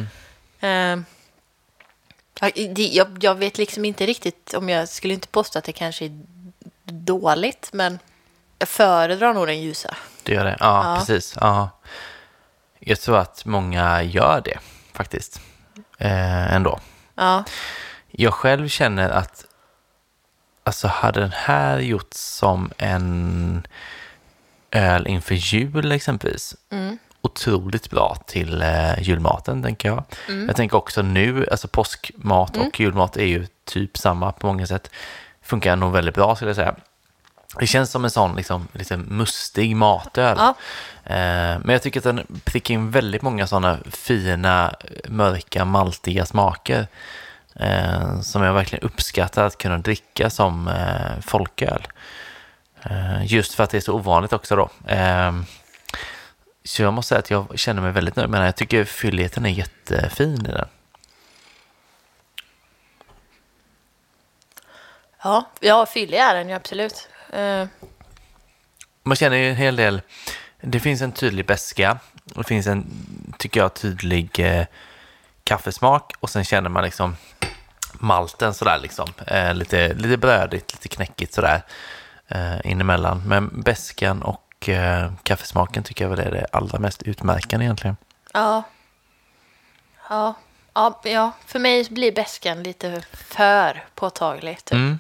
Jag vet liksom inte riktigt om jag skulle inte påstå att det kanske är dåligt, men jag föredrar nog den ljusa. Du gör det? Ja, precis. Ja. Jag tror att många gör det faktiskt. Ändå. Ja. Jag själv känner att alltså hade den här gjorts som en öl inför jul exempelvis. Otroligt bra till julmaten, tänker jag. Jag tänker också nu, alltså påskmat och julmat är ju typ samma på många sätt. Funkar nog väldigt bra, skulle jag säga. Det känns som en sån liksom, lite mustig matöl. Ja. Men jag tycker att den prickar in väldigt många sådana fina, mörka, maltiga smaker. Som jag verkligen uppskattar att kunna dricka som folköl. Just för att det är så ovanligt också då. Så jag måste säga att jag känner mig väldigt nöjd med den. Jag tycker fylligheten är jättefin i den. Ja, fyllig är den ju absolut. Man känner ju en hel del. Det finns en tydlig beska. Det finns en, tycker jag, tydlig kaffesmak. Och sen känner man liksom malten sådär liksom. Lite brödigt, lite knäckigt sådär. Inemellan. Men beskan och kaffesmaken tycker jag väl är det allra mest utmärkande egentligen. Ja, för mig blir beskan lite för påtaglig typ.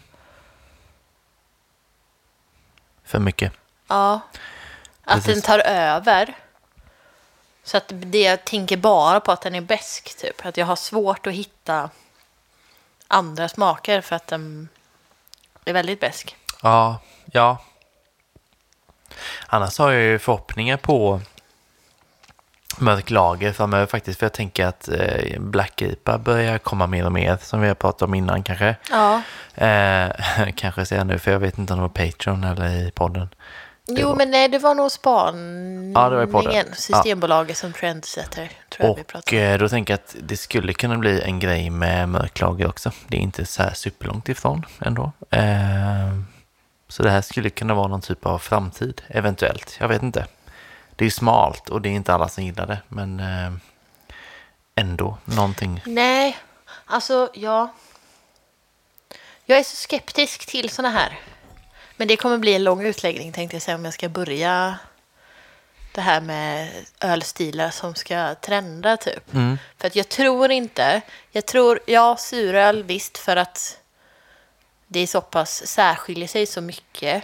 För mycket. Ja. Att Precis. den tar över. Så att det jag tänker bara på att den är besk typ. Att jag har svårt att hitta andra smaker för att den är väldigt besk. Ja. Annars har jag ju förhoppningar på mörk lager framöver faktiskt. För jag tänker att Black IPA börjar komma mer och mer, som vi har pratat om innan kanske. Ja. Kanske säga nu, för jag vet inte om det var Patreon eller i podden. Men nej, det var nog spaningen. Ja, det var i podden. Systembolaget som trendsetter, tror jag vi pratade om. Och då tänker jag att det skulle kunna bli en grej med mörklager också. Det är inte så här superlångt ifrån ändå. Så det här skulle kunna vara någon typ av framtid, eventuellt. Jag vet inte. Det är smalt och det är inte alla som gillar det, men ändå någonting. Nej, Alltså, ja. Jag är så skeptisk till såna här. Men det kommer bli en lång utläggning, tänkte jag säga, om jag ska börja det här med ölstilar som ska trenda typ. För att jag tror inte, ja, suröl visst, för att det är så pass särskiljer sig så mycket.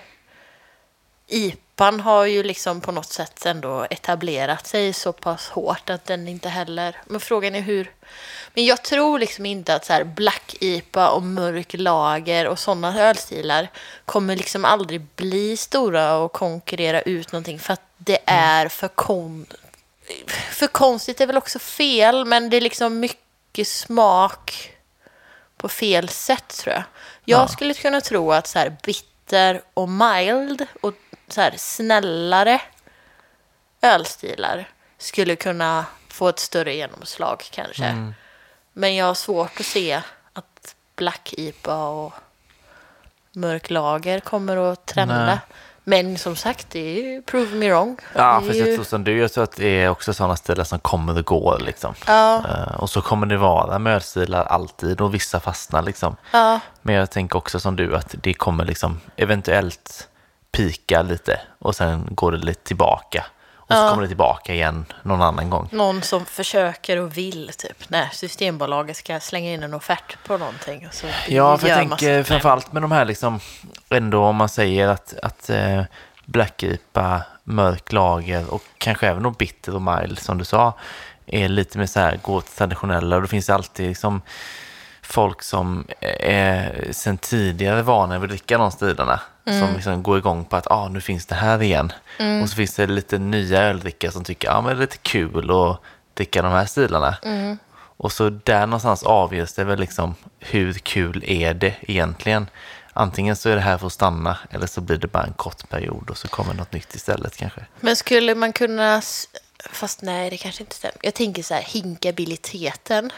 IPAn har ju liksom på något sätt ändå etablerat sig så pass hårt att den inte heller... Men frågan är hur... Men jag tror liksom inte att så här Black IPA och mörk lager och sådana ölstilar kommer liksom aldrig bli stora och konkurrera ut någonting, för att det är för konstigt är väl också fel, men det är liksom mycket smak på fel sätt, tror jag. Jag skulle kunna tro att så här bitter och mild och så här snällare ölstilar skulle kunna få ett större genomslag kanske. Men jag har svårt att se att Black IPA och mörk lager kommer att trenda. Nej. Men som sagt, det är ju prove me wrong. Ja, för jag tror som du, jag tror att det är också sådana stilar som kommer och går liksom. Ja. Och så kommer det vara med ölstilar alltid och vissa fastnar liksom. Ja. Men jag tänker också som du att det kommer liksom eventuellt pika lite och sen går det lite tillbaka. Och så kommer det tillbaka igen någon annan gång. Någon som försöker och vill typ. Nej, Systembolaget ska slänga in en offert på någonting. Och så ja, för jag tänker framförallt med de här liksom, ändå om man säger att Black IPA, mörk lager och kanske även då bitter och mild som du sa är lite mer så här gå till traditionella. Och det finns alltid liksom folk som är sen tidigare vana vid att dricka de stilarna. Som liksom går igång på att nu finns det här igen. Och så finns det lite nya öldrickare som tycker men det är lite kul att dricka de här stilarna. Och så där någonstans avgörs det väl liksom hur kul är det egentligen. Antingen så är det här för att stanna eller så blir det bara en kort period och så kommer något nytt istället kanske. Men skulle man kunna, fast nej det kanske inte stämmer. Jag tänker så här, hinkabiliteten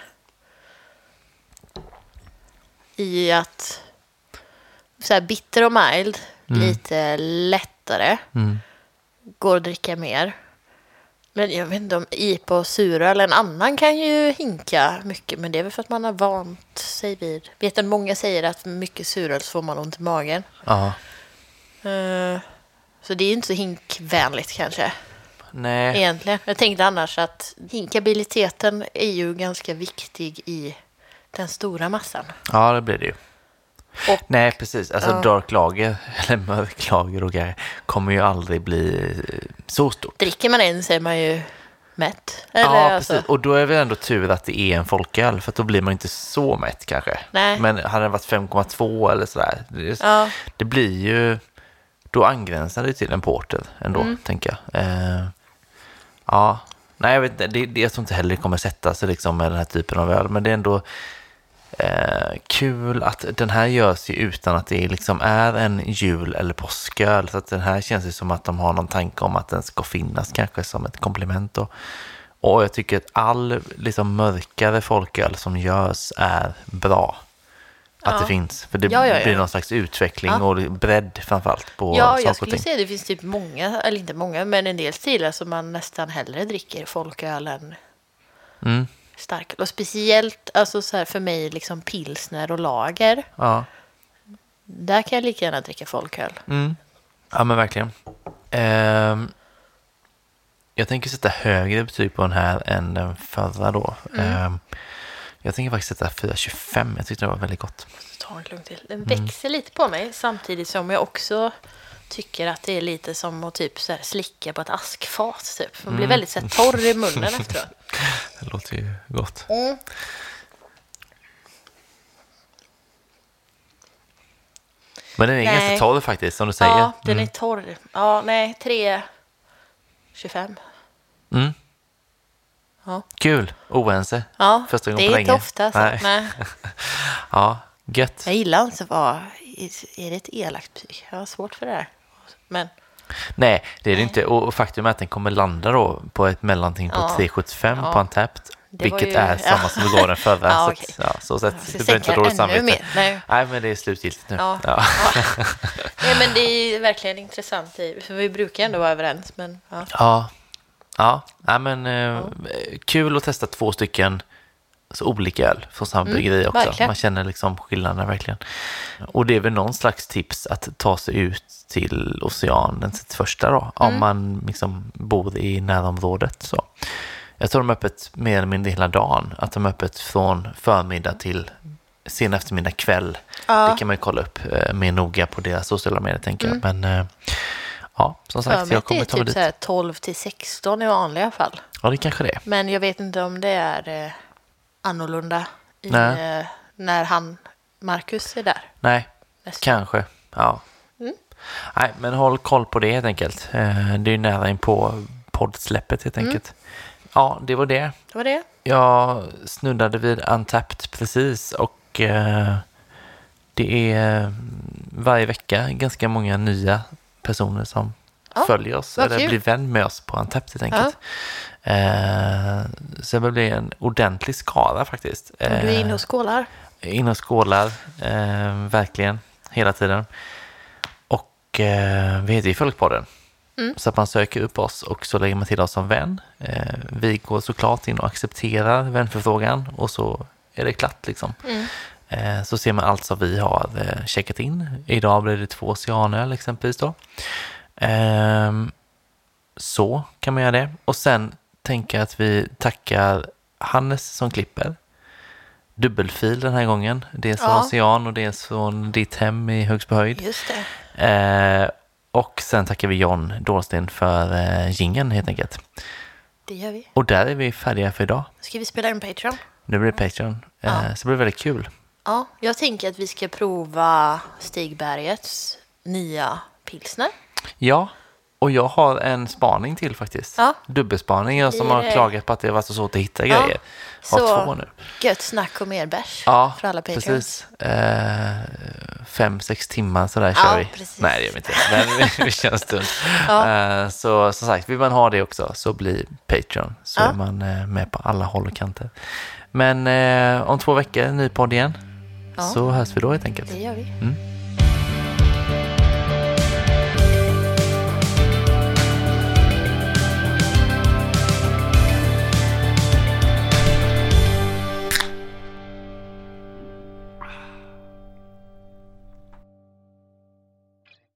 i att så här bitter och mild, lite lättare, går att dricka mer. Men jag vet inte om IPA och suröl, en annan kan ju hinka mycket, men det är väl för att man har vant sig vid. Vet att många säger att mycket suröl så får man ont i magen. Ja. Så det är ju inte så hinkvänligt kanske. Nej. Egentligen. Jag tänkte annars att hinkabiliteten är ju ganska viktig i den stora massan. Ja, det blir det ju. Nej, precis. Alltså dark lager eller mörk lager och grejer kommer ju aldrig bli så stort. Dricker man en så är man ju mätt. Eller ja, alltså. precis. Och då är det väl ändå tur att det är en folköl, för att då blir man inte så mätt kanske. Nej. Men hade det varit 5,2 eller sådär, det blir ju, då angränsar det till en porter ändå, tänker jag. Ja, nej, jag vet inte, jag tror inte heller det kommer sätta sig liksom med den här typen av öl, men det är ändå kul att den här görs ju utan att det liksom är en jul- eller påsköl, så att den här känns ju som att de har någon tanke om att den ska finnas kanske som ett komplement då. Och jag tycker att all liksom mörkare folköl som görs är bra att det finns, för det blir någon slags utveckling och bredd framförallt på saker och ting. Jag skulle säga det finns typ många, eller inte många, men en del stilar som man nästan hellre dricker folköl än stark. Och speciellt alltså så här för mig liksom pilsner och lager. Ja. Där kan jag lika gärna dricka folköl. Ja, men verkligen. Jag tänker sätta högre betyg på den här än den förra då. Jag tänker faktiskt sätta 4,25. Jag tyckte det var väldigt gott. Ta en klunk till. Den växer lite på mig, samtidigt som jag också tycker att det är lite som att typ så här slicka på ett askfat typ. Man blir väldigt så här torr i munnen efteråt. Det låter ju gott. Men den är ganska torr faktiskt, som du säger. Ja, den är torr. Ja, nej, 3,25. Ja. Kul, oense. Ja, första gången det är på inte länge. ofta. Så. Nej. Ja, gött. Jag gillar inte är det ett elakt betyg? Jag har svårt för det här. Men nej, det är det inte. Och faktum är att den kommer landa då på ett mellanting på 3,75 på Untapped. Vilket är samma som det går den förra. Okay. Så sätt, du behöver inte dåligt samvete. Nej, men det är slutgiltigt nu. Ja. Ja, men det är verkligen intressant. För vi brukar ändå vara överens. Men, men kul att testa 2 stycken så olika öl från samma bryggeri också. Verkligen. Man känner liksom skillnaderna verkligen. Och det är väl någon slags tips att ta sig ut till Oceanen sitt första då, om man liksom bor i närområdet. Så. Jag tror de är öppet mer eller mindre hela dagen. Att de är öppet från förmiddag till sen eftermiddag kväll. Det kan man ju kolla upp mer noga på deras sociala medier, tänker jag. Men ja, som sagt, jag kommer ta mig dit. Det är typ 12 till 16 i vanliga fall. Ja, det kanske det är. Men jag vet inte om det är annorlunda när Marcus är där. Nej, Nästa. kanske. Ja. Nej, men håll koll på det helt enkelt. Det är ju nära in på poddsläppet helt enkelt. Ja, det var det. Det var det. Jag snuddade vid Untapped precis och det är varje vecka ganska många nya personer som följer oss eller kul. blir vän med oss på Untapped helt enkelt. Så det blir en ordentlig skara faktiskt. Du är inne och skålar. In och skålar, verkligen, hela tiden. Och vi heter ju Folkpodden. Så att man söker upp oss och så lägger man till oss som vän. Vi går såklart in och accepterar vänförfrågan och så är det klart liksom. Så ser man allt som vi har checkat in. Idag blir det 2 oceanöl exempelvis då. Så kan man göra det. Och sen tänker jag att vi tackar Hannes som klipper. Dubbelfil den här gången. Dels från Ocean och dels från ditt hem i Högsbyhöjd. Just det. Och sen tackar vi John Dålsten för jingeln helt enkelt. Det gör vi. Och där är vi färdiga för idag. Ska vi spela in Patreon? Nu blir det Patreon. Så det blir väldigt kul. Ja, jag tänker att vi ska prova Stigbergets nya pilsner. Ja, och jag har en spaning till faktiskt. Ja. Dubbelspaning. Jag som har klagat på att det var så svårt att hitta grejer. Har Så 2 nu. gött snack och mer bärs för alla Patreons. Precis. 5-6 timmar sådär kör vi. Precis. Nej, det gör vi inte. Men vi kör en stund. Så som sagt, vill man ha det också så blir Patreon. Så är man med på alla håll och kanter. Men om 2 veckor, ny podd igen. Så hörs vi då helt enkelt. Det gör vi.